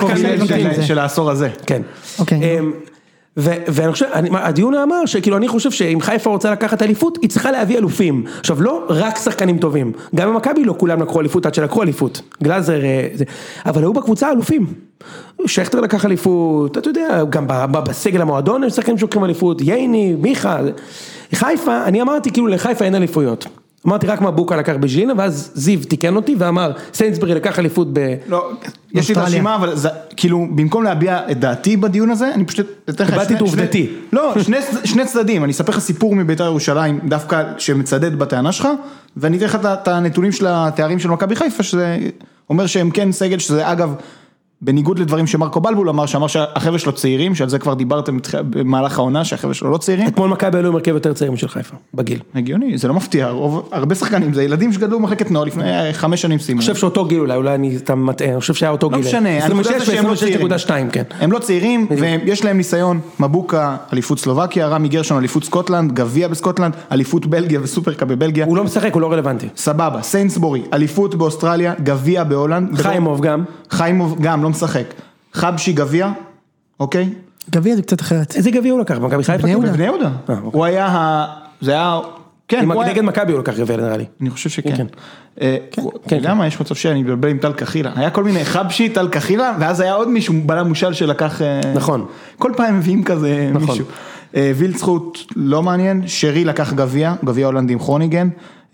של העשור הזה. כן. אוקיי. ואני חושב, הדיון אמר שכאילו אני חושב שאם חיפה רוצה לקחת אליפות, היא צריכה להביא אלופים. עכשיו, לא רק שחקנים טובים. גם במכבי לא כולם לקחו אליפות עד שלקחו אליפות. גלאזר, אבל היו בקבוצה אלופים. שכטר לקח אליפות, אתה יודע, גם בסגל המועדון יש שחקנים שלוקחים אליפות, ייני, מיכה. חיפה, אני אמרתי כאילו לחיפה אין אליפויות. אמרתי רק מה בוקה לקח בז'ינה, ואז זיו תיקן אותי ואמר, סיינסברי לקח אליפות לא, יש לי את הרשימה, אבל כאילו, במקום להביע את דעתי בדיון הזה, אני פשוט אתן לך... קיבלתי את עובדתי. לא, שני צדדים, אני אספר לך סיפור מבית"ר ירושלים, דווקא שמצדד בטענה שלך, ואני אתן לך את הנתונים של התארים של מכבי חיפה, שזה אומר שהם כן סגל, שזה אגב, בניגוד לדברים שמרקו בלבול אמר, שאמר שהחבר'ה שלו צעירים, שעל זה כבר דיברתם במהלך העונה, שהחבר'ה שלו לא צעירים. אתמול מכבי עלו עם הרכב יותר צעירים של חיפה, בגיל. הגיוני, זה לא מפתיע, הרבה שחקנים, זה ילדים שגדלו במחלקת נוער לפני 5 שנים סיימו. אני חושב שאותו גיל אולי אני סתם מטעה, אני חושב שהיה אותו גיל. לא משנה, 26 ו-26.2, כן. הם לא צעירים, ויש להם ניסיון, מבוקה, אליפות סלובקיה, רמי גרשון, אליפות סקוטלנד, גביע בסקוטלנד, אליפות בלגיה וסופרקאפ בבלגיה. הוא לא משחק, הוא לא רלוונטי. סבבה, סיינסבורי, אליפות באוסטרליה, גביע בהולנד. חיימוב גם. חיימוב גם, לא משחק. חבשי גביע, אוקיי? גביע זה קצת אחרת. איזה גביע הוא לקח? מכבי חיפה? בבני יהודה. הוא היה, זה היה, כן. נגד מכבי הוא לקח גביע נראה לי. אני חושב שכן. כן. למה? יש מצב שאני מתבלבל עם טל קחילה. היה כל מיני חבשי, טל קחילה, ואז היה עוד מישהו בלה מושל שלקח. נכון. כל פעם מביאים כזה מישהו. וילצחוט לא מעניין, שרי לקח גביע הולנדי עם כרוניגן.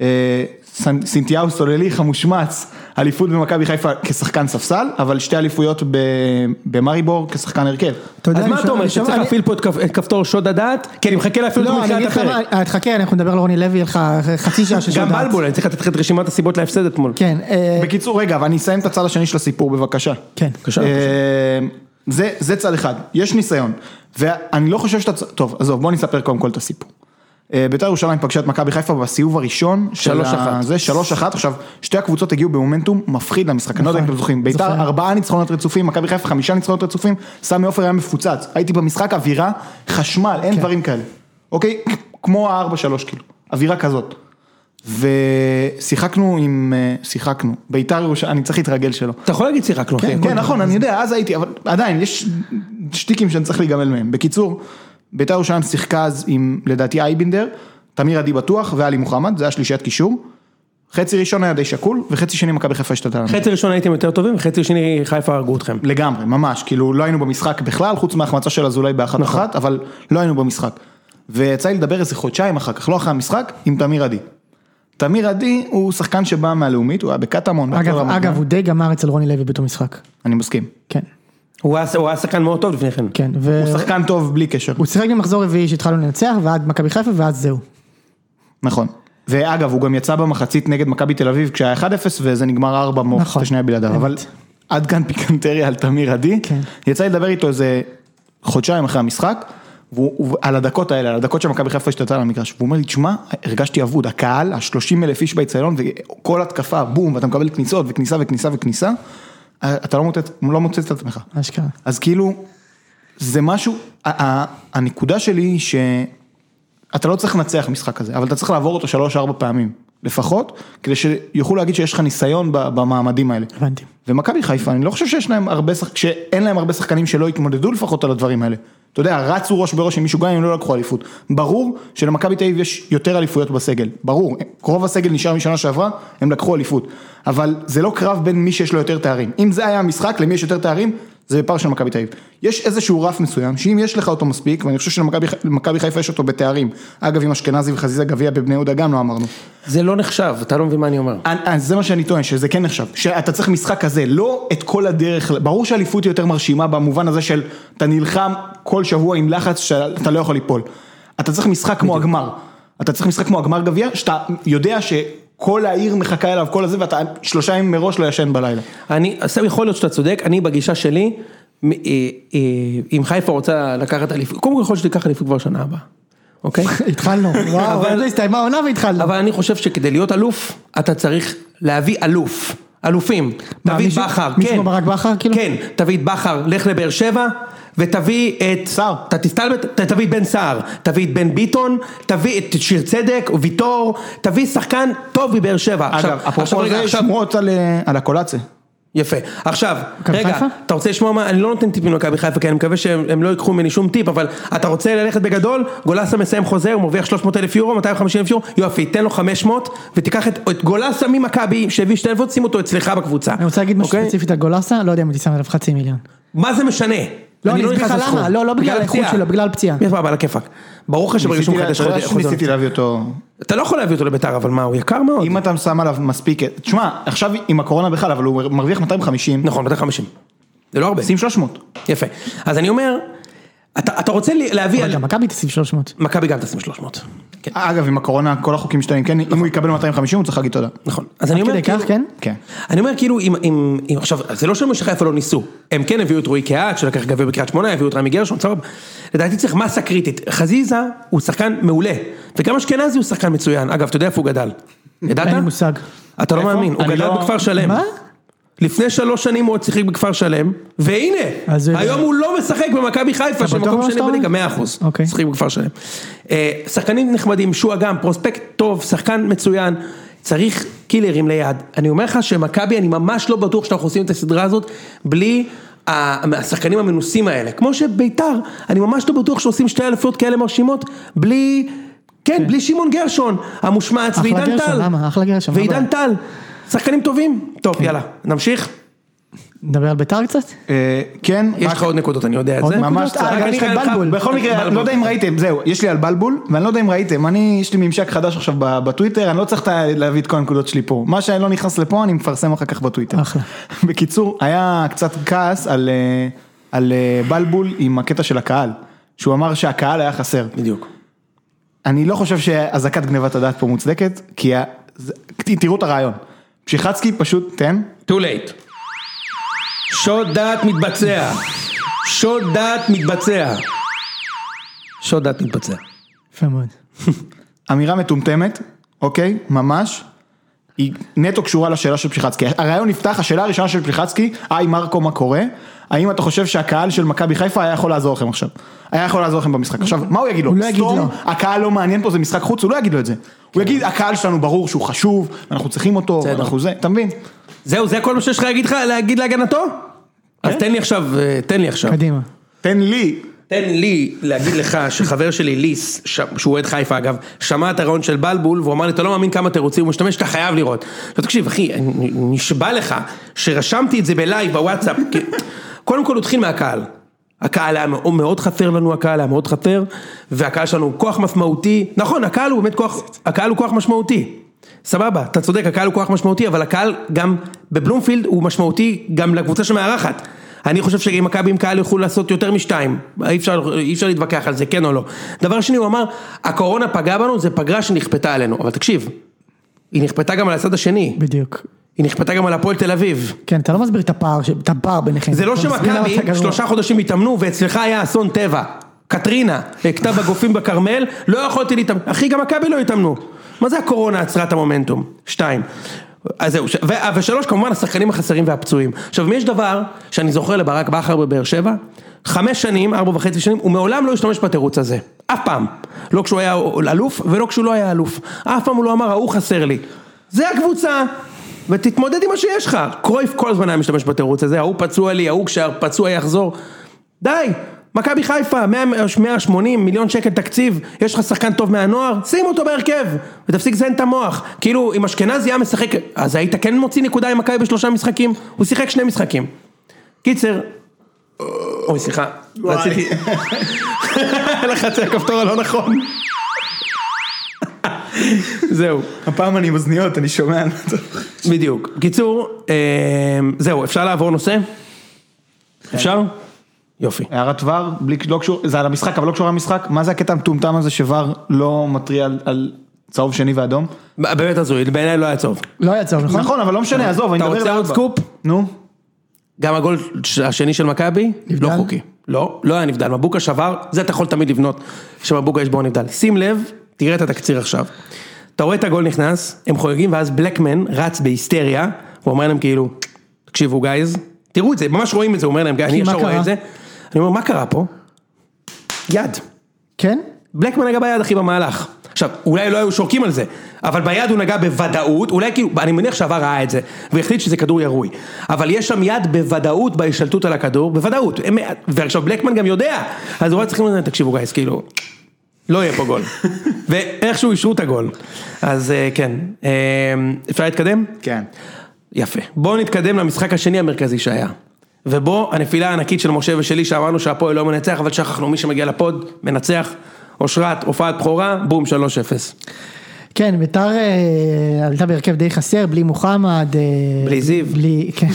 סינתיהו סולליך המושמץ, אליפות במכבי חיפה כשחקן ספסל, אבל 2 אליפויות במריבור כשחקן הרכב. אז מה אתה אומר, שצריך להפעיל פה את כפתור שוד הדעת? כן, אני מחכה להפעיל אותו מתחילת הפרק. תחכה, אנחנו נדבר על רוני לוי, לך חצי שעה של שוד הדעת. גם בלבול, אני צריך לתת את רשימת הסיבות להפסד אתמול. כן. בקיצור, רגע, אבל אני אסיים את הצד השני של הסיפור, בבקשה. כן. זה צד אחד, יש ניסיון, ואני לא חושב שאתה, טוב, עזוב, בוא נספר קודם כל את הסיפור. בית"ר ירושלים פגשה את מכבי חיפה בסיבוב הראשון, 3-1, 3-1, עכשיו, שתי הקבוצות הגיעו במומנטום מפחיד למשחק, אני לא יודע אם אתם זוכרים, בית"ר 4 ניצחונות רצופים, מכבי חיפה 5 ניצחונות רצופים, סמי עופר היה מפוצץ, הייתי במשחק אווירה, חשמל, אין דברים כאלה, אוקיי? כמו ה-4-3 כאילו, אווירה כזאת. ושיחקנו בית"ר ירושלים, אני צריך להתרגל שלו. אתה יכול להגיד שיחקנו. כן, נכון, אני יודע, אז הייתי, אבל עדיין, יש שטיקים שאני צריך להיגמל מהם. בקיצור, בית"ר ירושלים שיחקה אז עם, לדעתי, אייבינדר, תמיר עדי בטוח, ואלי מוחמד, זה היה שלישיית קישור. חצי ראשון היה די שקול, וחצי שני מכבי חיפה השתתתה לנו. חצי ראשון הייתם יותר טובים, וחצי שני חיפה הרגו אתכם. לגמרי, ממש, כאילו לא היינו במשחק בכלל, חוץ מהחמצה של אזולאי ב1-1, אבל לא היינו במשחק. ויצא לי לדבר איזה חודשיים אחר כך, לא אחרי המשחק, עם תמיר עדי. תמיר עדי הוא שחקן שבא מהלאומית, הוא היה בקטמון. אגב, הוא די גמר אצל רוני לוי בתור משחק. אני מסכים. כן. הוא היה שחקן מאוד טוב לפני כן. כן. הוא שחקן טוב בלי קשר. הוא שיחק במחזור רביעי שהתחלנו לנצח, ועד מכבי חיפה, ואז זהו. נכון. ואגב, הוא גם יצא במחצית נגד מכבי תל אביב, כשהיה 1-0, וזה נגמר 4 מופת השנייה בלעדיו. אבל עד כאן פיקנטריה על תמיר עדי. יצא לי לדבר איתו איזה חודשיים אחרי המשחק, על הדקות האלה, על הדקות שמכבי חיפה השתתתה על המגרש, והוא אומר לי, תשמע, הרגשתי אבוד, הקהל, 30,000 איש באצטדיון, וכל התקפה, בום, ואתה מקבל כניסות, וכניסה וכניסה וכניסה, אתה לא מוצא את עצמך. אז כאילו, זה משהו, הנקודה שלי היא שאתה לא צריך לנצח משחק כזה, אבל אתה צריך לעבור אותו 3-4 פעמים, לפחות, כדי שיוכלו להגיד שיש לך ניסיון במעמדים האלה. הבנתי. ומכבי חיפה, אני לא חושב שיש להם שאין להם הרבה שחקנים שלא יתמודדו לפחות על הדברים האלה. אתה יודע, רצו ראש בראש עם מישהו גם אם לא לקחו אליפות. ברור שלמכבי תל אביב יש יותר אליפויות בסגל. ברור, רוב הסגל נשאר משנה שעברה, הם לקחו אליפות. אבל זה לא קרב בין מי שיש לו יותר תארים. אם זה היה המשחק, למי יש יותר תארים, זה בפער של מכבי תל אביב. יש איזשהו רף מסוים, שאם יש לך אותו מספיק, ואני חושב שלמכבי חיפה יש אותו בתארים. אגב, עם אשכנזי וחזיזה גביע בבני יהודה גם לא אמרנו. זה לא נחשב, אתה לא מבין מה אני אומר. זה מה שאני טוען, שזה כן נחשב. שאתה צריך משחק כזה, לא את כל הדרך, ברור שהאליפות היא יותר מרשימה במובן הזה של אתה נלחם כל שבוע עם לחץ שאתה לא יכול ליפול. אתה צריך משחק כמו הגמר. אתה צריך משחק כמו הגמר גביע, שאתה יודע כל העיר מחכה אליו, כל הזה, ואתה 3 ימים מראש לא ישן בלילה. יכול להיות שאתה צודק, אני בגישה שלי, אם חיפה רוצה לקחת אליפות, קודם כל יכול שתיקח אליפות כבר שנה הבאה, אוקיי? התחלנו, וואו, זה הסתיימה העונה והתחלנו. אבל אני חושב שכדי להיות אלוף, אתה צריך להביא אלופים. תביא את בכר, מישהו ברק בכר, כאילו? כן, תביא את בכר, לך לבאר שבע, ותביא את סער, תביא את בן סער, תביא את בן ביטון, תביא את שיר צדק, ויטור, תביא שחקן טוב מבאר שבע. אגב, אפרופו זה שמועות על הקולציה. יפה. עכשיו, רגע, אתה רוצה לשמוע מה, אני לא נותן טיפים למכבי חיפה, כי אני מקווה שהם לא ייקחו ממני שום טיפ, אבל אתה רוצה ללכת בגדול, גולסה מסיים חוזה, הוא מרוויח 300,000 יורו, 250,000 יורו, יופי, תן לו 500, ותיקח את גולסה ממכבי, שהביא 2 נקודות, שים אותו אצלך בקבוצה. אני רוצה להגיד משהו ספציפית על גולסה, לא יודע אם תשם עליו 500,000. מה זה משנה? לא, אני אסביר לך למה, לא בגלל האיכות שלו, בגלל פציעה. יש בעל הכיפק. ברור לך שברגע שהוא מחדש חוזה. ניסיתי להביא אותו. אתה לא יכול להביא אותו לביתר, אבל מה, הוא יקר מאוד. אם אתה שם עליו מספיק, תשמע, עכשיו עם הקורונה בכלל, אבל הוא מרוויח 250. נכון, 250. זה לא הרבה. שים 300. יפה. אז אני אומר, אתה רוצה להביא... גם מכבי תשים 300. מכבי גם תשים 300. אגב, עם הקורונה, כל החוקים שלהם, כן, אם הוא יקבל 250, הוא צריך להגיד תודה. נכון. אז אני אומר, כך, כן? כן. אני אומר כאילו, אם עכשיו, זה לא שמש חיפה לא ניסו, הם כן הביאו את רועי קהת, שלקח גביע בקריית שמונה, הביאו את רמי גרשון, סבבה, לדעתי צריך מסה קריטית, חזיזה הוא שחקן מעולה, וגם אשכנזי הוא שחקן מצוין, אגב, אתה יודע איפה הוא גדל? ידעת? אין לי מושג. אתה לא מאמין, הוא גדל בכפר שלם. מה? לפני 3 שנים הוא עוד שיחק בכפר שלם, והנה, היום הוא לא משחק במכבי חיפה, שמקום שני בליגה, 100%, שיחק בכפר שלם. שחקנים נחמדים, שועה גם, פרוספקט טוב, שחקן מצוין, צריך קילרים ליד. אני אומר לך שמכבי, אני ממש לא בטוח שאנחנו עושים את הסדרה הזאת, בלי השחקנים המנוסים האלה. כמו שביתר, אני ממש לא בטוח שעושים 2 אליפויות כאלה מרשימות, בלי, כן, בלי שמעון גרשון, המושמץ, ועידן טל. אחלה גרשון. ועידן טל. שחקנים טובים? טוב, יאללה, נמשיך. נדבר על ביתר קצת? כן. יש לך עוד נקודות, אני יודע את זה. ממש בלבול. בכל מקרה, לא יודע אם ראיתם, זהו, יש לי על בלבול, ואני לא יודע אם ראיתם, יש לי ממשק חדש עכשיו בטוויטר, אני לא צריך להביא את כל הנקודות שלי פה. מה שאני לא נכנס לפה, אני מפרסם אחר כך בטוויטר. אחלה. בקיצור, היה קצת כעס על בלבול עם הקטע של הקהל, שהוא אמר שהקהל היה חסר. בדיוק. אני לא חושב שהזעקת גנבת הדעת פה מוצדקת, כי תראו את הרעיון. פשיחצקי פשוט, תן. too late. שוד דעת מתבצע. שוד דעת מתבצע. שוד דעת מתבצע. יפה מאוד. אמירה מטומטמת, אוקיי, ממש, היא נטו קשורה לשאלה של פשיחצקי. הרעיון נפתח, השאלה הראשונה של פשיחצקי, היי מרקו, מה קורה? האם אתה חושב שהקהל של מכבי חיפה היה יכול לעזור לכם עכשיו? היה יכול לעזור לכם במשחק. עכשיו, מה הוא יגיד לו? סתום, הקהל לא מעניין פה, זה משחק חוץ, הוא לא יגיד לו את זה. הוא יגיד, הקהל שלנו ברור שהוא חשוב, אנחנו צריכים אותו, אנחנו זה, אתה מבין? זהו, זה כל מה שיש לך להגיד להגנתו? אז תן לי עכשיו. קדימה. תן לי להגיד לך שחבר שלי ליס, שהוא אוהד חיפה אגב, שמע את הרעיון של בלבול, והוא אמר לי, אתה לא מאמין כמה תירוצים, הוא משתמש, אתה חייב לראות. תקשיב, אחי, נשבע לך, שרשמתי את זה בלייב, בוואטסאפ, קודם כל הוא התחיל מהקהל. הקהל היה מאוד חסר לנו, הקהל היה מאוד חסר, והקהל שלנו הוא כוח משמעותי, נכון, הקהל הוא באמת כוח משמעותי. סבבה, אתה צודק, הקהל הוא כוח משמעותי, אבל הקהל גם בבלומפילד הוא משמעותי גם לקבוצה שמארחת. אני חושב שאם מכבי עם קהל יוכלו לעשות יותר משתיים, אי אפשר להתווכח על זה, כן או לא. דבר שני, הוא אמר, הקורונה פגעה בנו, זה פגרה שנכפתה עלינו, אבל תקשיב, היא נכפתה גם על הצד השני. בדיוק. היא נכפתה גם על הפועל תל אביב. כן, אתה לא מסביר את הפער ביניכם. זה לא שמכבי 3 חודשים התאמנו, ואצלך היה אסון טבע. קטרינה, הכתה בגופים בקרמל, לא יכולתי להתאמן. אחי, גם מכבי לא התאמנו. מה זה הקורונה עצרה את המומנטום? 2. אז זהו, ו3 כמובן השחקנים החסרים והפצועים. עכשיו, יש דבר שאני זוכר לברק בכר בבאר שבע, 5 שנים, 4.5 שנים, הוא מעולם לא השתמש בתירוץ הזה. אף פעם. לא כשהוא היה אלוף, ולא כשהוא לא היה אלוף. אף פעם הוא לא אמר, הוא חסר לי. זה הקבוצה, ותתמודד עם מה שיש לך. קרויף כל הזמן היה משתמש בתירוץ הזה, הוא פצוע לי, הוא כשהפצוע יחזור. די, מכבי חיפה, 180 מיליון שקל תקציב, יש לך שחקן טוב מהנוער, שים אותו בהרכב, ותפסיק זן את המוח. כאילו, אם אשכנזי היה משחק, אז היית כן מוציא נקודה עם מכבי ב3 משחקים, הוא שיחק 2 משחקים. קיצר, אוי, סליחה, רציתי, לחצי הכפתור הלא נכון. זהו. הפעם אני מזניות, אני שומע. בדיוק. קיצור, זהו, אפשר לעבור נושא? אפשר? יופי. הערת ור, לא קשור, זה על המשחק, אבל לא קשור על המשחק. מה זה הקטע המטומטם הזה שוור לא מטריע על צהוב שני ואדום? באמת הזוי, בעיניי לא היה צהוב. לא היה צהוב, נכון? נכון, אבל לא משנה, עזוב, אני מדבר... אתה רוצה עוד סקופ? נו. גם הגול השני של מכבי, לא חוקי. לא היה נבדל. מבוקה שבר, זה אתה יכול תמיד לבנות, שמבוקה יש בו נבדל. שים לב, תראה את התקציר עכשיו. אתה רואה את הגול נכנס, הם חוגגים, ואז בלקמן רץ בהיסטריה, הוא אומר להם כאילו, תקשיבו גייז, תראו את זה, ממש רואים את זה, הוא אומר להם, אני עכשיו רואה את זה. אני אומר, מה קרה פה? יד. כן? בלקמן נגע ביד הכי במהלך. עכשיו, אולי לא היו שורקים על זה, אבל ביד הוא נגע בוודאות, אולי כאילו, אני מניח שעבר ראה את זה, והחליט שזה כדור ירוי. אבל יש שם יד בוודאות בהשתלטות על הכדור, בוודאות. ועכשיו בלקמן גם יודע, אז הוא צריכים לדעת, תקשיבו גייז, כאילו, לא יהיה פה גול. ואיכשהו אישרו את הגול. אז כן, אפשר להתקדם? כן. יפה. בואו נתקדם למשחק השני המרכזי שהיה. ובו הנפילה הענקית של משה ושלי, שאמרנו שהפועל לא מנצח, אבל שכחנו מי שמגיע לפוד, מנצח, אושרת, הופעת בחורה, בום 3-0. כן, ביתר עלתה בהרכב די חסר, בלי מוחמד. בלי זיו. בלי, כן.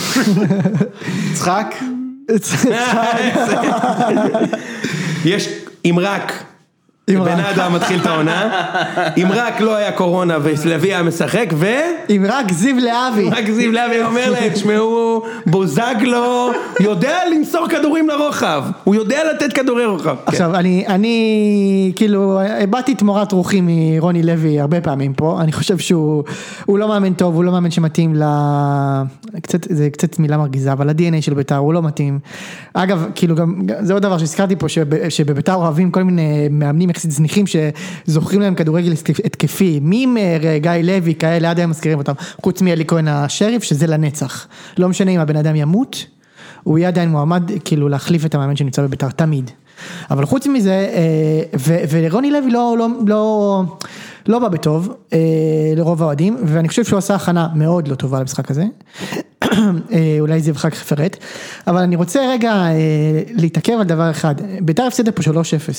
צחק. יש, אם רק, בנאדו מתחיל את העונה, אם רק לא היה קורונה ולוי היה משחק, אם רק זיו להבי. רק זיו להבי אומר להם, תשמעו, בוזגלו יודע למסור כדורים לרוחב, הוא יודע לתת כדורי רוחב. עכשיו, אני כאילו, הבאתי תמורת רוחי מרוני לוי הרבה פעמים פה, אני חושב שהוא לא מאמן טוב, הוא לא מאמן שמתאים זה קצת מילה מרגיזה, אבל ה-DNA של בית"ר הוא לא מתאים. אגב, כאילו גם, זה עוד דבר שהזכרתי פה, שבבית"ר אוהבים כל מיני מאמנים יחסית זניחים, שזוכרים להם כדורגל התקפי, מימר, גיא לוי, כאלה, עד היום מזכירים אותם, חוץ מאלי כהן השריף, שזה לנצח. לא משנה אם הבן אדם ימות, הוא יהיה עדיין מועמד, כאילו, להחליף את המאמן שנמצא בבית"ר, תמיד. אבל חוץ מזה, ורוני לוי לא בא בטוב, לרוב האוהדים, ואני חושב שהוא עשה הכנה מאוד לא טובה למשחק הזה, אולי זה יבחק חפרט, אבל אני רוצה רגע להתעכב על דבר אחד, בית"ר הפסידה פה 3-0,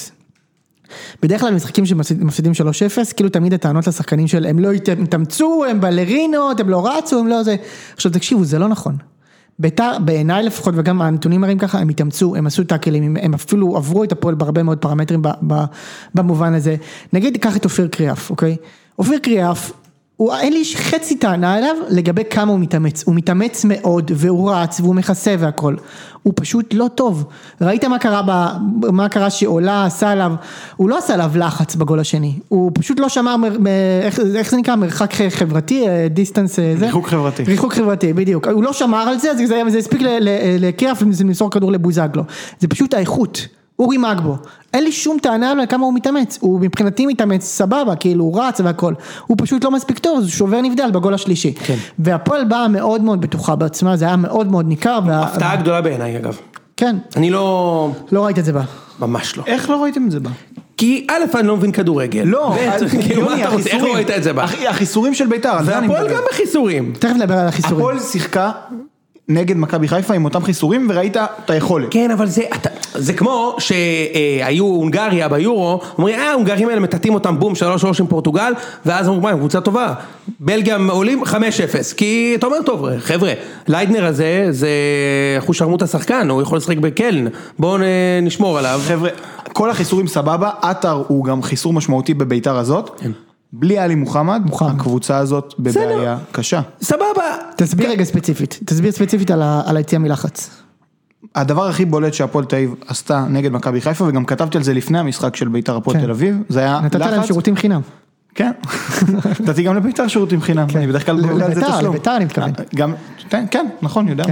בדרך כלל משחקים שמפסידים 3-0, כאילו תמיד הטענות לשחקנים של הם לא התאמצו, הם בלרינות, הם לא רצו, הם לא זה, עכשיו תקשיבו, זה לא נכון, בית"ר, בעיניי לפחות, וגם הנתונים מראים ככה, הם התאמצו, הם עשו טאקלים, הם אפילו עברו את הפועל בהרבה מאוד פרמטרים במובן הזה. נגיד, קח את אופיר קריאף, אוקיי? אופיר קריאף, אין לי חצי טענה עליו לגבי כמה הוא מתאמץ. הוא מתאמץ מאוד, והוא רץ, והוא מכסה והכל. הוא פשוט לא טוב. ראית מה קרה שעולה, עשה עליו, הוא לא עשה עליו לחץ בגול השני. הוא פשוט לא שמר, איך זה נקרא? מרחק חברתי, דיסטנס, זה? ריחוק חברתי. ריחוק חברתי, בדיוק. הוא לא שמר על זה, זה הספיק לקריאף למסור כדור לבוזגלו. זה פשוט האיכות. אורי מגבו, אין לי שום טענה על כמה הוא מתאמץ, הוא מבחינתי מתאמץ סבבה, כאילו הוא רץ והכל, הוא פשוט לא מספיק טוב, הוא שובר נבדל בגול השלישי, כן. והפועל באה מאוד מאוד בטוחה בעצמה, זה היה מאוד מאוד ניכר, הפתעה גדולה בעיניי אגב, כן, אני לא ראית את זה בה, ממש לא, איך לא ראיתם את זה בה? כי א' אני לא מבין כדורגל, לא, איך לא ראית את זה בה? החיסורים של בית"ר, והפועל גם בחיסורים, תכף נדבר על החיסורים, הפועל שיחקה נגד מכבי חיפה עם אותם חיסורים וראית את היכולת. כן, אבל זה כמו שהיו הונגריה ביורו, אומרים, הונגרים האלה מטטים אותם בום 3-3 עם פורטוגל, ואז אומרים, הם קבוצה טובה. בלגיה עולים 5-0, כי אתה אומר, טוב, חבר'ה, ליידנר הזה, זה אחוז שרמוט השחקן, הוא יכול לשחק בקלן, בואו נשמור עליו. חבר'ה, כל החיסורים סבבה, אתר הוא גם חיסור משמעותי בבית"ר הזאת, כן. בלי עלי מוחמד, הקבוצה הזאת בבעיה קשה. סבבה. תסביר רגע ספציפית, תסביר ספציפית על היציאה מלחץ. הדבר הכי בולט שהפועל תל אביב עשתה נגד מכבי חיפה, וגם כתבתי על זה לפני המשחק של בית"ר הפועל תל אביב, זה היה לחץ. נתת להם שירותים חינם. כן, נתתי גם לבית"ר שירותים חינם, אני בדרך כלל גורם על זה תשלום. לבית"ר אני מתכוון. כן, נכון, יודע.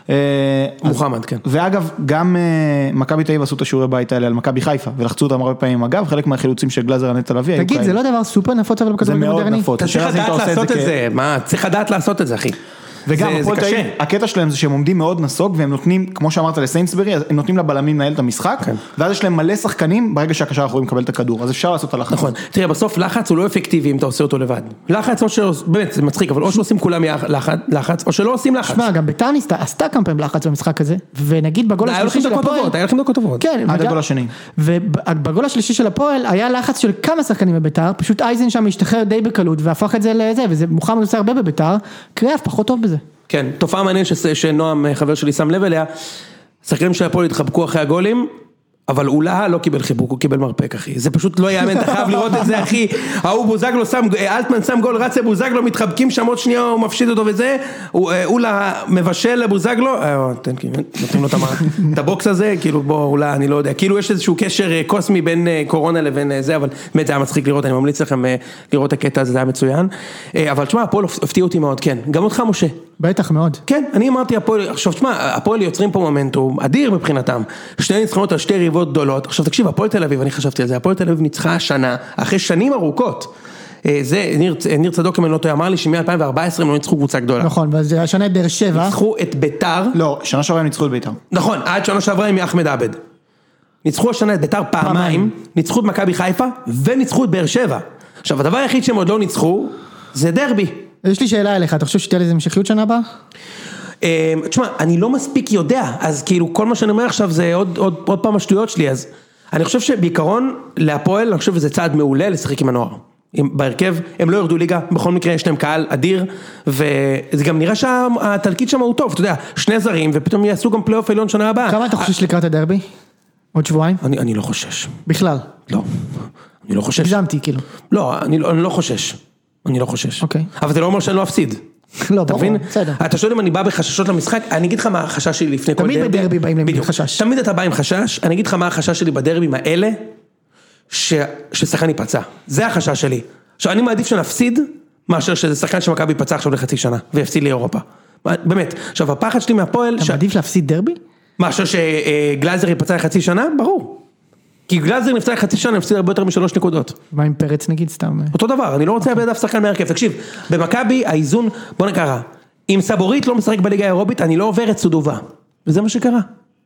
מוחמד, כן. ואגב, גם מכבי תל אביב עשו את השיעורי בית האלה על מכבי חיפה, ולחצו אותם הרבה פעמים, אגב, חלק מהחילוצים של גלאזר הנטע לביא. תגיד, זה לא דבר סופר נפוץ אבל בכדורגל מודרני? זה מאוד נפוץ. אתה צריך לדעת לעשות את זה, מה? צריך לדעת לעשות את זה, אחי. וגם הקטע שלהם זה שהם עומדים מאוד נסוג, והם נותנים, כמו שאמרת לסיינסברי, הם נותנים לבלמים לנהל את המשחק, ואז יש להם מלא שחקנים ברגע שהקשר האחורי מקבל את הכדור, אז אפשר לעשות הלחץ. נכון, תראה, בסוף לחץ הוא לא אפקטיבי אם אתה עושה אותו לבד. לחץ, באמת, זה מצחיק, אבל או שעושים כולם לחץ, או שלא עושים לחץ. שמע, גם בית"ר עשתה כמה פעמים לחץ במשחק הזה, ונגיד בגול השלישי של הפועל, היה לכם דקות טובות. כן, עד הגול השני. ובגול השלישי של הפועל היה לחץ של כמה שחקנים בבית"ר, פשוט אייזן שם השתחרר די בקלות והפך את זה לזה, וזה מוחמד עושה הרבה בבית"ר, קריאף פחות טוב בזה. כן, תופעה מעניינת שנועם, חבר שלי, שם לב אליה, שחקנים של הפועל התחבקו אחרי הגולים, אבל אולה לא קיבל חיבוק, הוא קיבל מרפק, אחי. זה פשוט לא יאמן, אתה חייב לראות את זה, אחי. ההוא בוזגלו שם, אלטמן שם גול, רץ לבוזגלו, מתחבקים שם עוד שנייה, הוא מפשיד אותו וזה, אולה מבשל לבוזגלו, נותנים לו את הבוקס הזה, כאילו בוא, אולה, אני לא יודע, כאילו יש איזשהו קשר קוסמי בין קורונה לבין זה, אבל באמת זה היה מצחיק לראות, אני ממליץ לכם לראות את הקטע הזה, זה היה מצוין. אבל תשמע, הפועל הפתיע אותי מאוד, כן. גם אותך, משה. בטח מאוד. כן, אני אמרתי הפועל, עכשיו תשמע, הפועל יוצרים פה מומנטום אדיר מבחינתם, שני ניצחונות על שתי ריבות גדולות, עכשיו תקשיב, הפועל תל אביב, אני חשבתי על זה, הפועל תל אביב ניצחה השנה, אחרי שנים ארוכות, זה, ניר צדוק אם אני לא טועה, אמר לי שמ-2014 הם לא ניצחו קבוצה גדולה. נכון, וזה השנה את באר שבע. ניצחו את ביתר. לא, שנה שעברה הם ניצחו את ביתר. נכון, עד שנה שעברה עם אחמד עבד. ניצחו השנה את ביתר פעמיים, ניצחו את מכבי חיפה, וניצחו את באר שבע. עכשיו, הדבר היחיד שהם עוד לא ניצחו, זה דרבי. יש לי שאלה אליך, אתה חושב שתהיה לזה המשכיות שנה הבאה? תשמע, אני לא מספיק יודע, אז כאילו כל מה שאני אומר עכשיו זה עוד פעם השטויות שלי, אז אני חושב שבעיקרון להפועל, אני חושב שזה צעד מעולה לשחק עם הנוער. בהרכב, הם לא ירדו ליגה, בכל מקרה יש להם קהל אדיר, וזה גם נראה שהתלקיד שם הוא טוב, אתה יודע, שני זרים, ופתאום יעשו גם פלייאוף עליון שנה הבאה. כמה אתה חושש לקראת הדרבי? עוד שבועיים? אני לא חושש. בכלל? לא. אני לא חושש. הגזמתי, כאילו. לא, אני לא חושש. אני לא חושש. אוקיי. אבל זה לא אומר שאני לא אפסיד. לא, אתה ברור, מבין? בסדר. אתה שואל אם אני בא בחששות למשחק, אני אגיד לך מה החשש שלי לפני כל דרבי. תמיד בדרבי באים עם בדיוק. חשש. תמיד אתה בא עם חשש, אני אגיד לך מה החשש שלי בדרבים האלה, ששחקן ייפצע. זה החשש שלי. עכשיו, אני מעדיף שנפסיד, מאשר שזה שחקן שמכבי ייפצע עכשיו לחצי שנה, ויפסיד לאירופה. באמת. עכשיו, הפחד שלי מהפועל... אתה מעדיף להפסיד דרבי? מאשר שגלאזר ייפצע לחצי שנה? ברור. כי גלאזר נפצע לחצי שנה, נפסיד הרבה יותר מ3 נקודות. מה עם פרץ נגיד סתם? אותו דבר, אני לא רוצה לאבד אף שחקן מהרכב. תקשיב, במכבי האיזון, בוא נקרא, אם סבורית לא משחק בליגה האירופית, אני לא עובר את סודובה. וזה מה שקרה.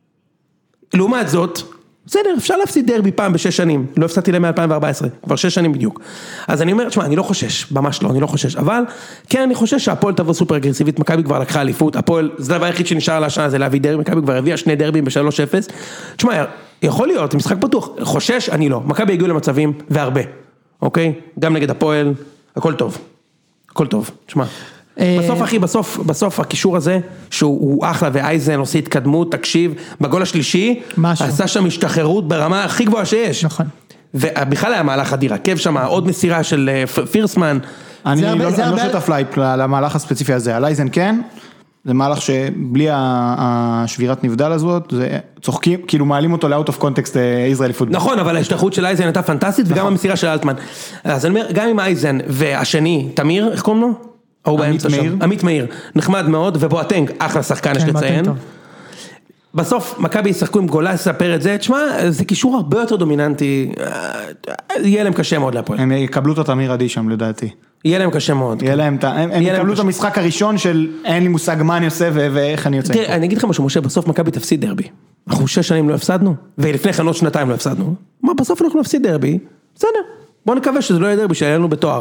לעומת זאת, בסדר, אפשר להפסיד דרבי פעם ב6 שנים. לא הפסדתי להם מ-2014, כבר 6 שנים בדיוק. אז אני אומר, תשמע, אני לא חושש, ממש לא, אני לא חושש. אבל, כן, אני חושש שהפועל תבוא סופר אגרסיבית, מכבי כבר לקחה אליפות, הפועל, זה הדבר היחיד שנשאר על השנה, זה להביא דרבי, מכבי כבר הביאה 2 דרבים ב3-0. תשמע, יכול להיות, משחק פתוח, חושש, אני לא. מכבי הגיעו למצבים, והרבה. אוקיי? גם נגד הפועל, הכל טוב. הכל טוב, תשמע. בסוף אחי, בסוף הקישור הזה, שהוא אחלה ואייזן עושה התקדמות, תקשיב, בגול השלישי, עשה שם השתחררות ברמה הכי גבוהה שיש. נכון. ובכלל היה מהלך אדיר, עקב שם עוד מסירה של פירסמן. אני לא שותף למהלך הספציפי הזה, על אייזן כן, זה מהלך שבלי השבירת נבדל הזאת, זה צוחקים, כאילו מעלים אותו לאוט אוף קונטקסט ישראלי פוטבול. נכון, אבל ההשתחררות של אייזן הייתה פנטסטית, וגם המסירה של אלטמן. אז אני אומר, גם עם אייזן והשני, תמיר, איך קוראים לו? עמית מאיר, נחמד מאוד, ובואטנג, אחלה שחקן, יש לציין. בסוף, מכבי ישחקו עם גולה, יספר את זה, תשמע, זה קישור הרבה יותר דומיננטי, יהיה להם קשה מאוד להפועל. הם יקבלו את התמיר עדי שם, לדעתי. יהיה להם קשה מאוד. הם יקבלו את המשחק הראשון של אין לי מושג מה אני עושה ואיך אני יוצא. תראה, אני אגיד לך משהו, משה, בסוף מכבי תפסיד דרבי. אנחנו 6 שנים לא הפסדנו, ולפני כן עוד 2 לא הפסדנו. מה, בסוף אנחנו נפסיד דרבי? בסדר, בוא נקווה שזה לא יהיה דרבי, שיהיה לנו בתואר.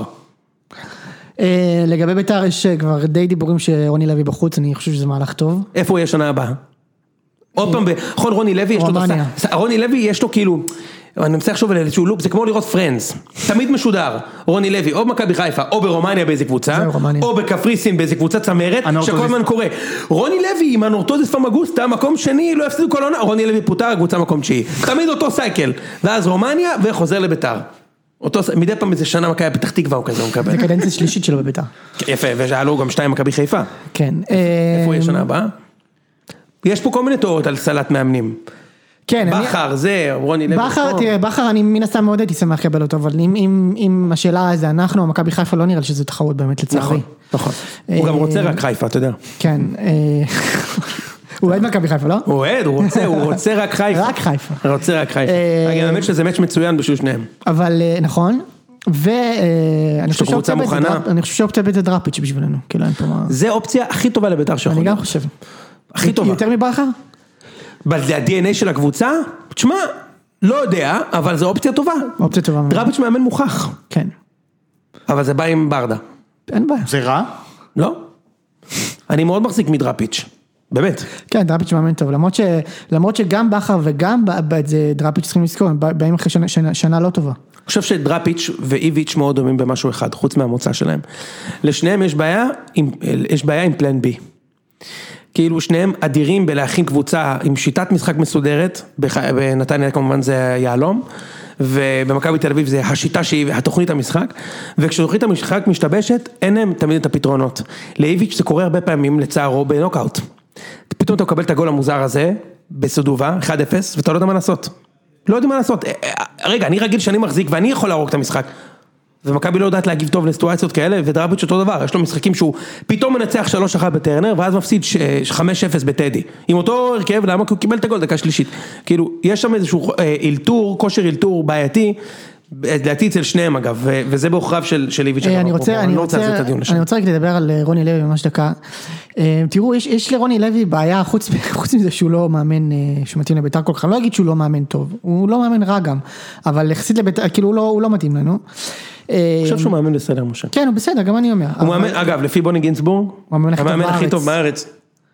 לגבי בית"ר יש כבר די דיבורים שרוני לוי בחוץ, אני חושב שזה מהלך טוב. איפה הוא יהיה שנה הבאה? עוד פעם, בכל רוני לוי יש לו... רוני לוי יש לו כאילו... אני מנסה לחשוב על איזשהו לופ, זה כמו לראות פרנדס. תמיד משודר. רוני לוי, או במכבי חיפה, או ברומניה באיזה קבוצה, או בקפריסין באיזה קבוצה צמרת, שכל הזמן קורה. רוני לוי עם הנורטוזיס פמגוסטה, מקום שני, לא יפסידו כל עונה, רוני לוי פוטר, הקבוצה מקום 9. תמיד אותו סייקל. ואז רומניה וחוזר לבית"ר. מדי פעם איזה שנה מכבי פתח תקווה הוא כזה, הוא מקבל. זה קדנציה שלישית שלו בבית"ר. יפה, והיה לו גם 2 מכבי חיפה. כן. איפה יהיה שנה הבאה? יש פה כל מיני תיאוריות על סלט מאמנים. כן. בכר, זה, רוני לוי. תראה, בכר אני מן הסתם מאוד הייתי שמח לקבל אותו, אבל אם השאלה הזה, אנחנו, מכבי חיפה, לא נראה לי שזו תחרות באמת לצערי. נכון. הוא גם רוצה רק חיפה, אתה יודע. כן. הוא אוהד מכבי חיפה, לא? הוא אוהד, הוא רוצה רק חיפה. רק חיפה. הוא רוצה רק חיפה. אני האמת שזה מאץ' מצוין בשביל שניהם. אבל נכון, ואני חושב שאופציה בית דראפיץ' בשבילנו. זה האופציה הכי טובה לבית"ר שיכול. אני גם חושב. הכי טובה. יותר מבכר? זה ה-DNA של הקבוצה? תשמע, לא יודע, אבל זו אופציה טובה. אופציה טובה. דראפיץ' מאמן מוכח. כן. אבל זה בא עם ברדה. אין בעיה. זה רע? לא. אני מאוד מחזיק מדראפיץ'. באמת. כן, דראפיץ' מאמן טוב, למרות שגם בכר וגם דראפיץ' צריכים לזכור, הם באים אחרי שנה לא טובה. אני חושב שדראפיץ' ואיביץ' מאוד דומים במשהו אחד, חוץ מהמוצא שלהם. לשניהם יש בעיה עם פלן בי. כאילו שניהם אדירים בלהכין קבוצה עם שיטת משחק מסודרת, בנתניה כמובן זה יעלום, ובמכבי תל אביב זה השיטה שהיא התוכנית המשחק, וכשתוכנית המשחק משתבשת, אין להם תמיד את הפתרונות. לאיביץ' זה קורה הרבה פעמים לצערו בנוקאוט. פתאום אתה מקבל את הגול המוזר הזה, בסודובה, 1-0, ואתה לא יודע מה לעשות. לא יודע מה לעשות. רגע, אני רגיל שאני מחזיק ואני יכול להרוג את המשחק. ומכבי לא יודעת להגיב טוב לסיטואציות כאלה, ודראפיץ' אותו דבר, יש לו משחקים שהוא פתאום מנצח 3-1 בטרנר, ואז מפסיד 5-0 בטדי. עם אותו הרכב, למה? כי הוא קיבל את הגול דקה שלישית. כאילו, יש שם איזשהו אילתור, כושר אילתור בעייתי, לדעתי אצל שניהם אגב, וזה באוכריו של איביץ'. אני רוצה רק לדבר על רוני לוי ממש דקה. תראו, יש לרוני לוי בעיה, חוץ מזה שהוא לא מאמן שמתאים לבית"ר כל כך, אני לא אגיד שהוא לא מאמן טוב, הוא לא מאמן רע גם, אבל יחסית לבית"ר, כאילו הוא לא מתאים לנו. אני חושב שהוא מאמן בסדר, משה. כן, הוא בסדר, גם אני אומר. הוא מאמן, אגב, לפי בוני גינסבורג, הוא המאמן הכי טוב בארץ.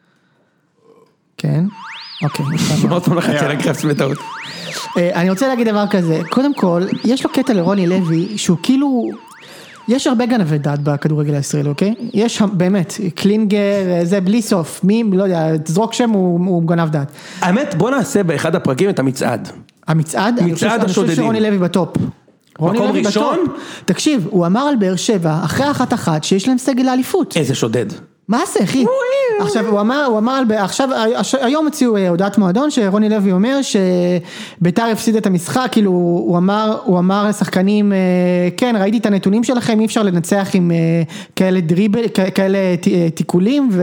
כן, אוקיי. עוד פעם לחצי לקרפס בטעות. אני רוצה להגיד דבר כזה, קודם כל, יש לו קטע לרוני לוי, שהוא כאילו, יש הרבה גנבי דעת בכדורגל הישראלי, אוקיי? יש באמת, קלינגר, זה בלי סוף, מי, לא יודע, תזרוק שם, הוא גנב דעת. האמת, בוא נעשה באחד הפרקים את המצעד. המצעד? מצעד השודדים. אני חושב שרוני לוי בטופ. מקום ראשון? תקשיב, הוא אמר על באר שבע, אחרי 1-1, שיש להם סגל לאליפות. איזה שודד. מה זה, אחי? עכשיו, הוא אמר, עכשיו, היום הציעו הודעת מועדון, שרוני לוי אומר שביתר הפסיד את המשחק, כאילו, הוא אמר לשחקנים, כן, ראיתי את הנתונים שלכם, אי אפשר לנצח עם כאלה תיקולים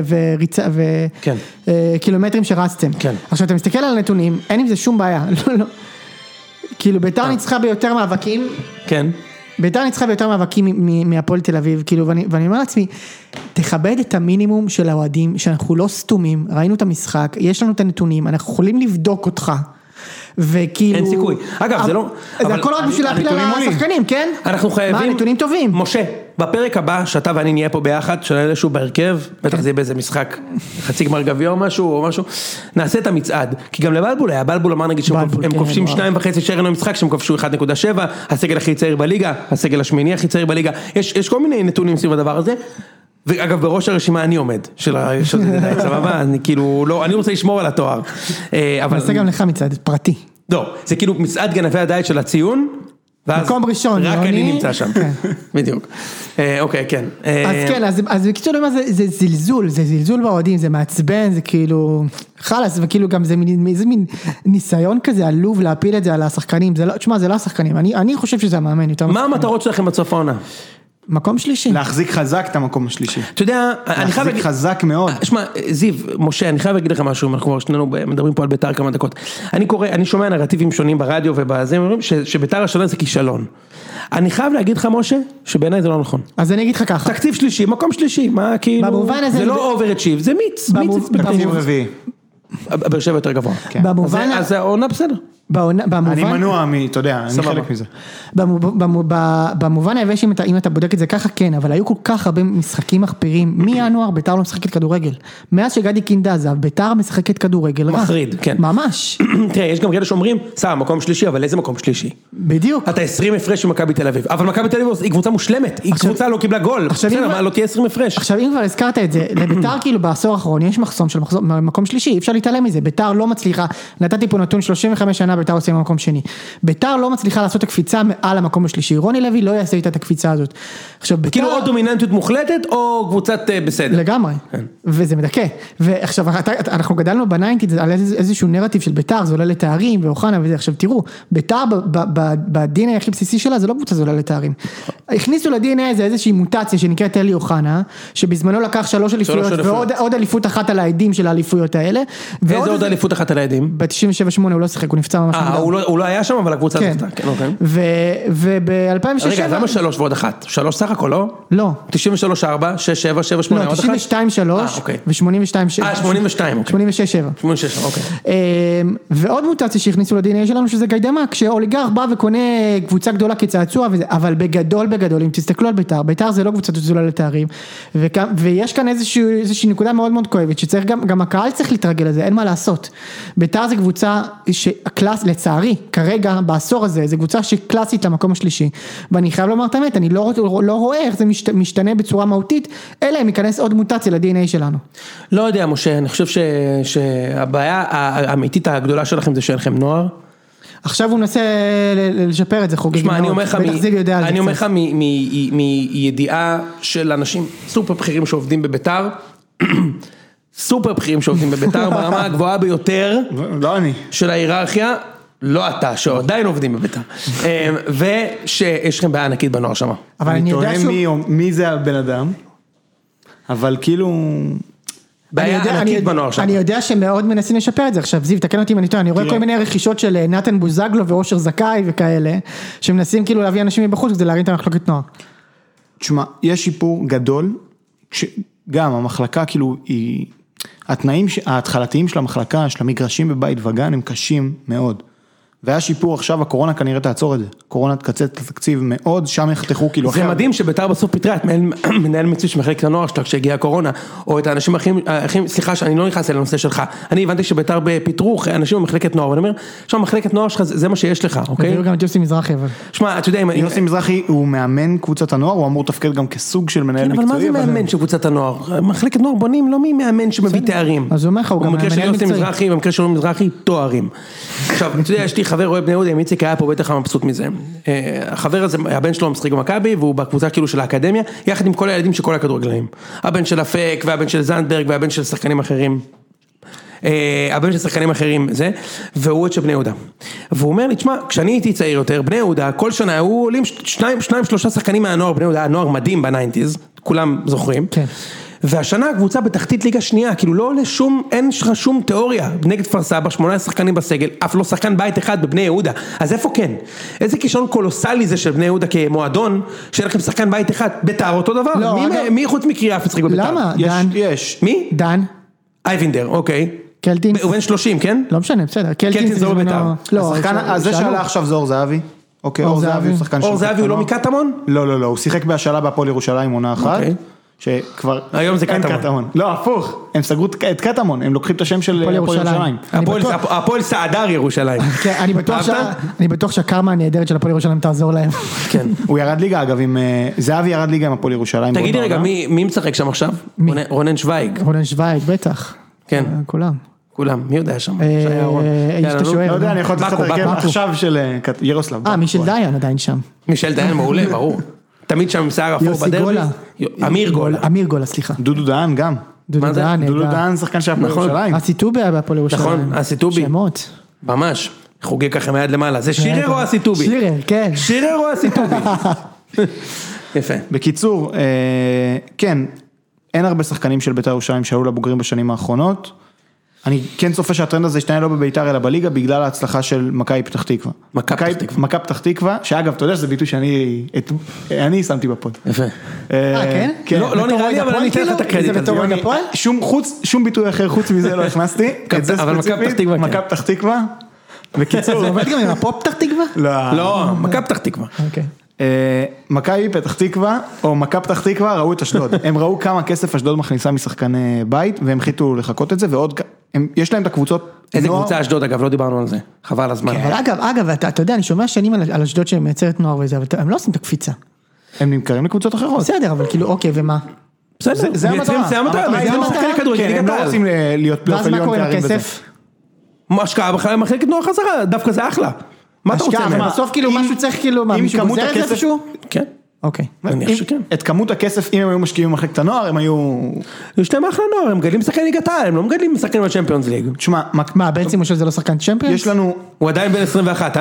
וקילומטרים שרצתם. עכשיו, אתה מסתכל על הנתונים, אין עם זה שום בעיה, לא. כאילו, ביתר ניצחה ביותר מאבקים. כן. ביתר ניצחה ביותר מאבקים מהפועל תל אביב, כאילו, ואני אומר לעצמי, תכבד את המינימום של האוהדים, שאנחנו לא סתומים, ראינו את המשחק, יש לנו את הנתונים, אנחנו יכולים לבדוק אותך, וכאילו... אין סיכוי. אגב, זה לא... זה הכל רק בשביל להפיל על השחקנים, כן? אנחנו חייבים... מה, נתונים טובים? משה, בפרק הבא, שאתה ואני נהיה פה ביחד, שנראה איזשהו בהרכב, בטח זה יהיה באיזה משחק, חצי גמר גביע או משהו, נעשה את המצעד, כי גם לבלבול היה, בלבול אמר נגיד שהם כובשים 2.5 שערים למשחק, שהם כובשו 1.7, הסגל הכי צעיר בליגה, הסגל השמיני הכי צעיר בליגה, יש כל מיני נתונים סביב הדבר הזה, ואגב בראש הרשימה אני עומד, סבבה, אני כאילו, לא, אני רוצה לשמור על התואר. נעשה גם לך מצעד פרטי. לא, זה כאילו מצעד גנבי הדעת של הציון, מקום ראשון, רק אני נמצא שם, בדיוק. אוקיי, כן. אז כן, אז בקיצור, זה זלזול, זה זלזול באוהדים, זה מעצבן, זה כאילו, חלס, וכאילו גם זה מין ניסיון כזה עלוב להפיל את זה על השחקנים, תשמע, זה לא השחקנים, אני חושב שזה המאמן. מה המטרות שלכם בסוף העונה? מקום שלישי. להחזיק חזק את המקום השלישי. אתה יודע, להחזיק חזק מאוד. שמע, זיו, משה, אני חייב להגיד לך משהו, אנחנו כבר שנינו מדברים פה על ביתר כמה דקות. אני שומע נרטיבים שונים ברדיו ובזה, אומרים שביתר השנה זה כישלון. אני חייב להגיד לך, משה, שבעיניי זה לא נכון. אז אני אגיד לך ככה. תקציב שלישי, מקום שלישי, מה כאילו, זה לא overachieve, זה מיץ. תקציב רביעי. באר שבע יותר גבוה. אז העונה בסדר. אני מנוע אתה יודע, אני חלק מזה. במובן היבש, אם אתה בודק את זה ככה, כן, אבל היו כל כך הרבה משחקים מחפירים, מינואר ביתר לא משחקת כדורגל. מאז שגדי קינדה עזב, ביתר משחקת כדורגל. מחריד, כן. ממש. תראה, יש גם כאלה שאומרים, מקום שלישי, אבל איזה מקום שלישי? בדיוק. אתה 20 הפרש ממכבי תל אביב, אבל מכבי תל אביב היא קבוצה מושלמת, היא קבוצה לא קיבלה גול, בסדר, לא תהיה 20 הפרש. עכשיו, אם כבר הזכרת את זה, לביתר כאילו בעשור האחרון יש מחסום של מקום שלישי, אי אפשר להתעלם מזה. ביתר לא מצליחה, נתתי פה נתון 35 שנה ביתר עושה במקום שני. ביתר לא מצליחה לעשות את הקפיצה מעל המקום השלישי. רוני לוי לא יעשה איתה את הקפיצה הזאת. עכשיו, ביתר... כאילו עוד דומיננטיות מוחלטת או קבוצת בסדר? לגמרי. וזה מדכא. ועכשיו, אנחנו גדלנו בניינטיז על איזשהו נרטיב של ביתר, זה עולה לתארים ואוחנה וזה. עכשיו, תראו, ביתר ב-DNA הכי בסיסי שלה, זה לא קבוצה, זה עולה לתארים. הכניסו ל-DNA איזושהי מוטציה שנקראת אלי אוחנה, שבזמנו לקח 3 אליפויות ועוד אליפות אחת על העדים של האליפויות האלה. איזה עוד אליפות אחת על העדים? ב-97-8 הוא לא שיחק, הוא נפצע ממש. הוא לא היה שם, אבל הקבוצה זכתה. כן, אוקיי. וב-2006... רגע, למה 3 ועוד 1? 3 סך הכל, לא? לא. 93-4, 6-7, 7-8, עוד 92-3 ו-82-6. 82, אוקיי. 86-7. 86, אוקיי. ועוד מוטציה שהכניסו ל-DNA שלנו, שזה גיידמק, כשאוליגרך בא וקונה קבוצה גדולה כצעצוע, אבל בגדול, אם תסתכלו על ביתר, ביתר זה לא קבוצה שזולה לתארים, ויש כאן איזושהי נקודה מאוד מאוד כואבת, שצריך גם הקהל צריך להתרגל לזה, אין מה לעשות. ביתר זה קבוצה לצערי, כרגע, בעשור הזה, זה קבוצה שקלאסית למקום השלישי, ואני חייב לומר את האמת, אני לא רואה איך זה משתנה בצורה מהותית, אלא אם ייכנס עוד מוטציה ל-DNA שלנו. לא יודע, משה, אני חושב שהבעיה האמיתית הגדולה שלכם זה שאינכם נוער. עכשיו הוא מנסה לשפר את זה חוגג. אני אומר לך מידיעה של אנשים סופר בכירים שעובדים בביתר, סופר בכירים שעובדים בביתר ברמה הגבוהה ביותר של ההיררכיה, לא אתה, שעדיין עובדים בביתר, ושיש לכם בעיה ענקית בנוער שם. אני תוהה מי זה הבן אדם, אבל כאילו... אני יודע שמאוד מנסים לשפר את זה. עכשיו זיו, תקן אותי אם אני טועה, אני רואה כל מיני רכישות של נתן בוזגלו ואושר זכאי וכאלה, שמנסים כאילו להביא אנשים מבחוץ כדי להרים את המחלקת נוער. תשמע, יש שיפור גדול, גם המחלקה כאילו התנאים ההתחלתיים של המחלקה, של המגרשים בבית וגן, הם קשים מאוד. והיה שיפור עכשיו, הקורונה כנראה תעצור את זה. קורונה תקצץ את התקציב מאוד, שם יחתכו כאילו אחר. זה מדהים שביתר בסוף פיטרה את מנהל מצוי שמחלקת הנוער שלה כשהגיעה הקורונה, או את האנשים הכי, סליחה שאני לא נכנס אל הנושא שלך, אני הבנתי שביתר פיטרו אנשים במחלקת נוער, ואני אומר, שם מחלקת נוער שלך זה מה שיש לך, אוקיי? ותראו גם את יוסי מזרחי, אבל. שמע, אתה יודע, יוסי מזרחי הוא מאמן קבוצת הנוער, הוא אמור תפקד גם כסוג של מנהל מקצועי. אבל מה זה מאמן של קבוצת הנוער? מחלקת נוער בונים לא מי מאמן שמביא תארים. אז הוא אומר לך, הוא גם במקרה של יוסי מזרחי, במקרה של מזרחי, תוארים. עכשיו, אתה יודע, יש לי חבר רואה בני יהודה, עם איציק היה פה בטח מבסוט מזה. החבר הזה, הבן שלו משחק במכבי, והוא בקבוצה כאילו של האקדמיה, יחד עם כל הילדים של כל הכדורגלנים. הבן של אפק, והבן של זנדברג, והבן של שחקנים אחרים. הבן של שחקנים אחרים זה, והוא את של בני יהודה. והוא אומר לי, תשמע, כשאני הייתי צעיר יותר, בני יהודה, כל שנה היו עולים 2-3 שחקנים מהנוער, בני יהודה היה נוער מדהים בניינטיז, כולם זוכרים. כן. והשנה הקבוצה בתחתית ליגה שנייה, כאילו לא לשום, אין שום תיאוריה, נגד כפר סבא, 18 שחקנים בסגל, אף לא שחקן בית אחד בבני יהודה, אז איפה כן? איזה כישרון קולוסלי זה של בני יהודה כמועדון, שאין לכם שחקן בית אחד, ביתר אותו דבר, לא, מי חוץ מקריאף ישחק בביתר? למה? דן. יש. מי? דן. אייבינדר, אוקיי. קלטינס. הוא בן 30, כן? לא משנה, בסדר. קלטינס זה לא ביתר. השחקן הזה שעלה עכשיו זה אור זהבי. אוקיי, אור זהבי הוא שחקן אור זהבי הוא לא מקטמון? לא, הוא שיחק בהשאלה בהפועל ירושלים עונה אחת. שכבר... היום זה קטמון. לא, הפוך, הם סגרו את קטמון, הם לוקחים את השם של הפועל ירושלים. הפועל סעדר ירושלים. אני בטוח שהקרמה הנהדרת של הפועל ירושלים תעזור להם. כן. הוא ירד ליגה אגב, זהבי ירד ליגה עם הפועל ירושלים. תגידי רגע, מי משחק שם עכשיו? רונן שוויג. רונן שוויג, בטח. כן. כולם. מי יודע שם? לא יודע, אני יכול לתת לך עכשיו של ירוסלב. מישל דיין עדיין שם. מישל דיין מעולה, ברור. תמיד שם עם שיער אפור בדרבי. אמיר גולה, סליחה. דודו דהן גם. דודו דהן שחקן של הפועל ירושלים. אסיטובי היה בהפועל ירושלים. נכון, אסיטובי. שמות. ממש. חוגג ככה מיד למעלה. זה שירר או אסיטובי? שירר, כן. שירר או אסיטובי? יפה. בקיצור, כן, אין הרבה שחקנים של בית"ר ירושלים שהיו לבוגרים בשנים האחרונות. אני כן צופה שהטרנד הזה ישתנה לא בבית"ר אלא בליגה בגלל ההצלחה של מכבי פתח תקווה. מכבי פתח תקווה, שאגב, אתה יודע שזה ביטוי שאני שמתי בפוד. יפה. כן? לא נראה לי, אבל אני אתן לך את הקרדיט הזה. שום ביטוי אחר חוץ מזה לא הכנסתי. אבל מכבי פתח תקווה. מכבי פתח תקווה. בקיצור. זה עובד גם עם הפופ פתח תקווה? לא, מכבי פתח תקווה. אוקיי. מכבי פתח תקווה או מכבי פתח תקווה ראו את אשדוד, הם ראו כמה כסף אשדוד מכניסה משחקני בית והם החליטו לחכות את זה ועוד, יש להם את הקבוצות. איזה קבוצה אשדוד אגב, לא דיברנו על זה, חבל הזמן. אגב, אתה יודע, אני שומע שנים על אשדוד שמייצרת נוער וזה, אבל הם לא עושים את הקפיצה. הם נמכרים לקבוצות אחרות. בסדר, אבל כאילו אוקיי ומה? בסדר, זה המטרה. הם לא רוצים להיות פלייאוף עליון. ואז מה קורה עם הכסף? השקעה בכלל מחלקת נוער חזרה, דווקא זה אחלה. מה אתה רוצה? בסוף כאילו משהו צריך כאילו, מה, מישהו גוזר את זה איפשהו? כן. אוקיי. את כמות הכסף, אם הם היו משקיעים במחלקת הנוער, הם היו... יש להם אחלה נוער, הם מגדלים שחקנים ליגת העל, הם לא מגדלים שחקנים בצ'מפיונס ליג. תשמע, מה, בעצם משה זה לא שחקן צ'מפיונס? יש לנו... הוא עדיין בן 21,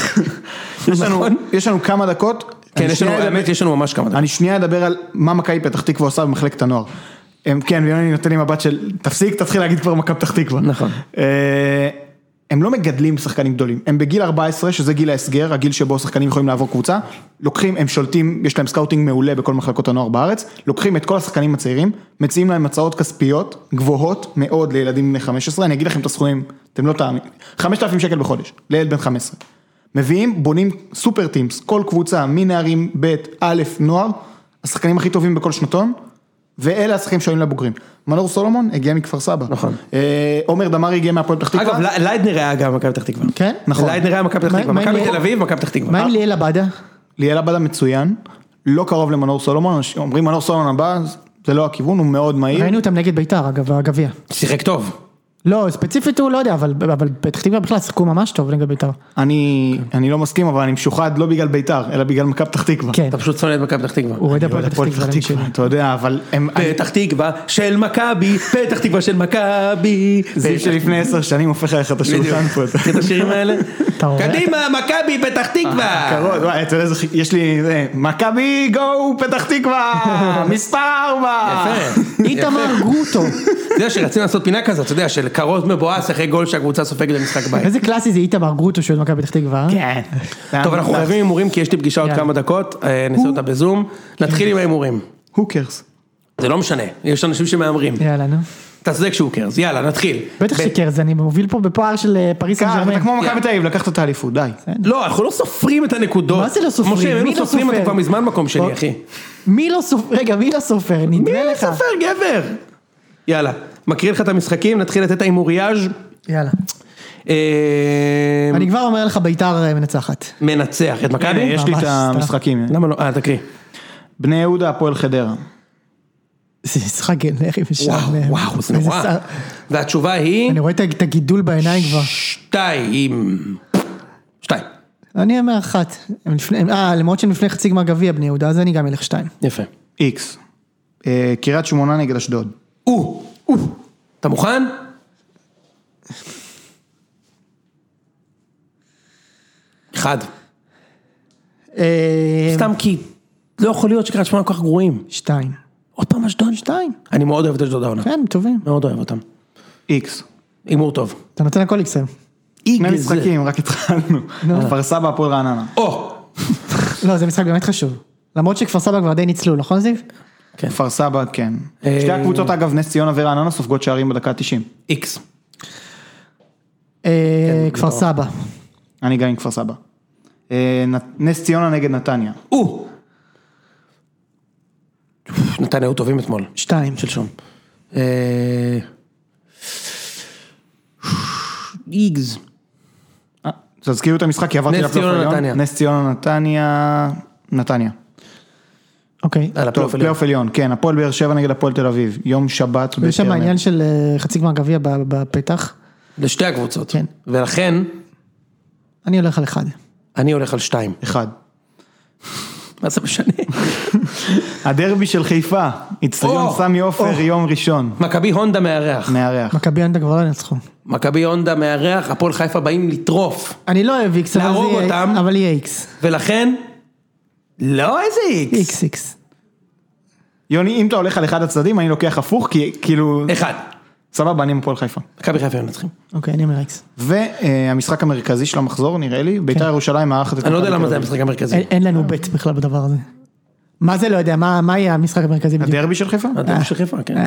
יש לנו כמה דקות. כן, יש לנו ממש כמה דקות. אני שנייה אדבר על מה מכבי פתח תקווה עושה במחלקת הנוער. כן, ויוני נותן לי מבט של, תפסיק, תתחיל להגיד כבר מכבי פתח תקווה. נכון. הם לא מגדלים שחקנים גדולים, הם בגיל 14, שזה גיל ההסגר, הגיל שבו שחקנים יכולים לעבור קבוצה, לוקחים, הם שולטים, יש להם סקאוטינג מעולה בכל מחלקות הנוער בארץ, לוקחים את כל השחקנים הצעירים, מציעים להם הצעות כספיות, גבוהות מאוד לילדים בני 15, אני אגיד לכם את הסכומים, אתם לא תאמין, 5,000 שקל בחודש, לילד בן 15. מביאים, בונים סופר טימס, כל קבוצה, מנערים, ב', א', נוער, השחקנים הכי טובים בכל שנתון, ואלה השחקנים שעולים לבוגרים. מנור סולומון הגיע מכפר סבא. נכון. עומר דמרי הגיע מהפועל פתח תקווה. אגב, ליידנר היה גם מכבי פתח תקווה. כן? נכון. ליידנר היה מכבי פתח תקווה. מכבי תל אביב, מכבי פתח תקווה. מה עם ליאל עבדה? ליאל עבדה מצוין, לא קרוב למנור סולומון, אומרים מנור סולומון הבא, זה לא הכיוון, הוא מאוד מהיר. ראינו אותם נגד ביתר, אגב, הגביע. שיחק טוב. לא, ספציפית הוא לא יודע, אבל פתח תקווה בכלל שיחקו ממש טוב נגד ביתר. אני לא מסכים, אבל אני משוחד לא בגלל ביתר, אלא בגלל מכבי פתח תקווה. כן. אתה פשוט שונא את מכבי פתח תקווה. הוא אוהד הפועל פתח תקווה. אתה יודע, אבל הם... פתח תקווה של מכבי, פתח תקווה של מכבי. זה שלפני 10 שנים הופך לך את השולחן פה. את השירים האלה? קדימה, מכבי, פתח תקווה. קרוב, אתה יודע, יש לי, מכבי, גו, פתח תקווה, מספר 4. יפה. איתמר גרוטו. אתה יודע שרצינו לעשות פינה כזאת, אתה יודע, של קרוז מבואס אחרי גול שהקבוצה סופגת במשחק בית. איזה קלאסי זה איתמר גרוטו של מכבי פתח תקווה. כן. טוב, אנחנו חייבים הימורים כי יש לי פגישה עוד כמה דקות, נעשה אותה בזום. נתחיל עם ההימורים. הוקרס. זה לא משנה, יש אנשים שמאמרים. יאללה, נו. אתה צודק שהוקרס, יאללה, נתחיל. בטח שקרס, אני מוביל פה בפער של פריס סן ז'רמן. אתה כמו מכבי תל אביב, לקחת את האליפות, די. לא, אנחנו לא סופרים את הנקודות. מה זה לא סופרים? משה, מי הם לא לא סופרים, סופר? אתה כבר מזמן מקום שלי, אחי. מי לא סופר? רגע, מי לא סופר? מי נדמה לא לך. סופר, גבר? יאללה, מקריא לך את המשחקים, נתחיל לתת ההימוריאז'. יאללה. אני כבר אומר לך ביתר מנצחת. מנצח את מכבי? יש לי את המשחקים. למה לא? תקריא. בני יהודה, הפועל חדרה. זה משחק גנרי ושם. וואו, זה נורא. והתשובה היא... אני רואה את הגידול בעיניים כבר. 2. אני אומר 1. למרות שהם לפני חצי גמר גביע בני יהודה, אז אני גם אלך 2. יפה. איקס. קריית שמונה נגד אשדוד. אתה מוכן? אחד. סתם כי לא יכול להיות שקריית שמונה כל כך גרועים. 2. עוד פעם אשדוד? 2. אני מאוד אוהב את אשדוד העונה. כן, טובים. מאוד אוהב אותם. איקס. הימור טוב. אתה נותן הכל איקס היום. שני משחקים, רק התחלנו. כפר סבא, הפועל רעננה. לא, זה משחק באמת חשוב. למרות שכפר סבא כבר די ניצלו, נכון זיו? כפר סבא, כן. שתי הקבוצות אגב, נס ציונה ורעננה סופגות שערים בדקה 90. איקס. כפר סבא. אני גם עם כפר סבא. נס ציונה נגד נתניה. נתניה היו טובים אתמול. 2. שלשום. איגז. תזכירו את המשחק, כי עברתי לפלייאוף עליון. נס ציונה נתניה. נתניה. אוקיי. טוב, פלייאוף עליון, כן, הפועל באר שבע נגד הפועל תל אביב, יום שבת. יש שם העניין של חצי גמר גביע בפתח. לשתי הקבוצות. כן. ולכן, אני הולך על 1. אני הולך על 2. 1. מה זה משנה? הדרבי של חיפה, אצטדיון סמי עופר, יום ראשון. מכבי הונדה מארח. מכבי הונדה כבר לא ינצחו. מכבי הונדה מארח, הפועל חיפה באים לטרוף. אני לא אוהב איקס, אבל יהיה איקס. ולכן, לא איזה איקס. איקס. יוני, אם אתה הולך על אחד הצדדים, אני לוקח הפוך, כי כאילו... 1. סבבה, אני עם הפועל חיפה. מכבי חיפה ינצחים. אוקיי, אני אומר איקס. והמשחק המרכזי של המחזור, נראה לי, בית"ר ירושלים מארחת את... אני לא יודע למה זה המשחק המרכזי. אין לנו בית בכלל בדבר הזה. מה זה לא יודע, מה יהיה המשחק המרכזי בדיוק? הדרבי של חיפה? הדרבי של חיפה, כן.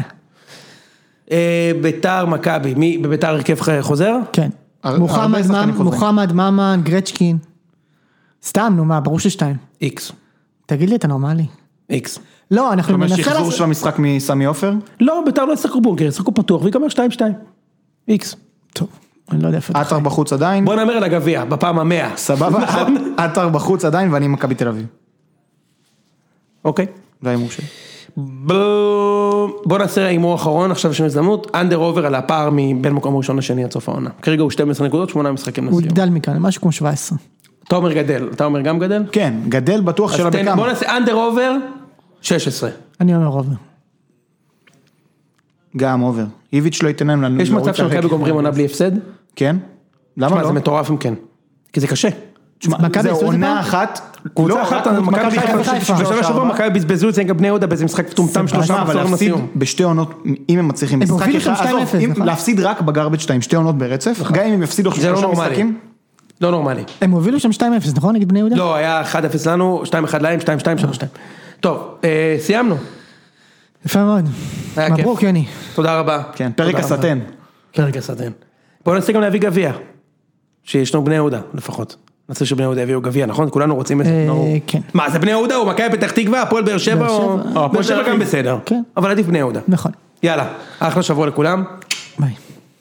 בית"ר מכבי, מי בבית"ר הרכב חוזר? כן. מוחמד, ממן, גרצ'קין. סתם, נו מה, ברור ש2. איקס. תגיד לי, אתה נורמלי? איקס. לא, אנחנו ננסה... זאת אומרת שחזור של המשחק מסמי עופר? לא, בית"ר לא ישחקו בונקר, ישחקו פתוח, ויגמר 2-2. איקס. טוב, אני לא יודע איפה... עטר בחוץ עדיין? בוא נאמר על הגביע, בפעם ה100. סבבה, עטר בחוץ עדיין, ואני מכבי תל אביב. אוקיי. זה הימור שלי. בוא נעשה הימור אחרון, עכשיו יש הזדמנות, אנדר אובר על הפער מבין מקום ראשון לשני עד סוף העונה. כרגע הוא 12 נקודות, 8 משחקים לסיום. הוא יגדל מכאן, משהו כמו 17. אתה אומר גדל, אתה אומר גם גדל? כן, גדל בטוח שלה בכמה. בוא נעשה אנדר אובר, 16. אני אומר אובר. גם אובר. איביץ' לא ייתן להם... יש מצב שמכבי גומרים עונה בלי הפסד? כן? למה לא? זה מטורף אם כן. כי זה קשה. זה עונה אחת, קבוצה אחת, מכבי חיפה, בשנה שבוע מכבי בזבזו את זה גם בני יהודה באיזה משחק טומטם 3 מחזורים לסיום. בשתי עונות, אם הם מצליחים משחק אחד, להפסיד רק בגרבג' 2, שתי עונות ברצף, גם אם הם יפסידו 3 משחקים. לא נורמלי. הם הובילו שם 2-0, נכון? נגד בני יהודה? לא, היה 1-0 לנו, 2-1 להם, 2-2, 3-2. טוב, סיימנו. יפה מאוד. מברוק יוני. תודה רבה. כן, פרק הסטן. פרק הסטן. בואו ננסה גם להביא גביע. שישנו בני יהודה, לפחות. ננסה שבני יהודה הביאו גביע, נכון? כולנו רוצים את זה. כן. מה, זה בני יהודה? הוא מכבי פתח תקווה, הפועל באר שבע או... באר שבע גם בסדר. כן. אבל עדיף בני יהודה. נכון. יאללה, אחלה שבוע לכולם. ביי.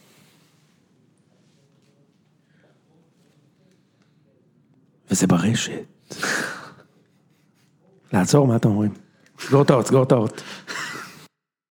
וזה ברשת. לעצור, מה אתם אומרים? סגור את האות, סגור את האות.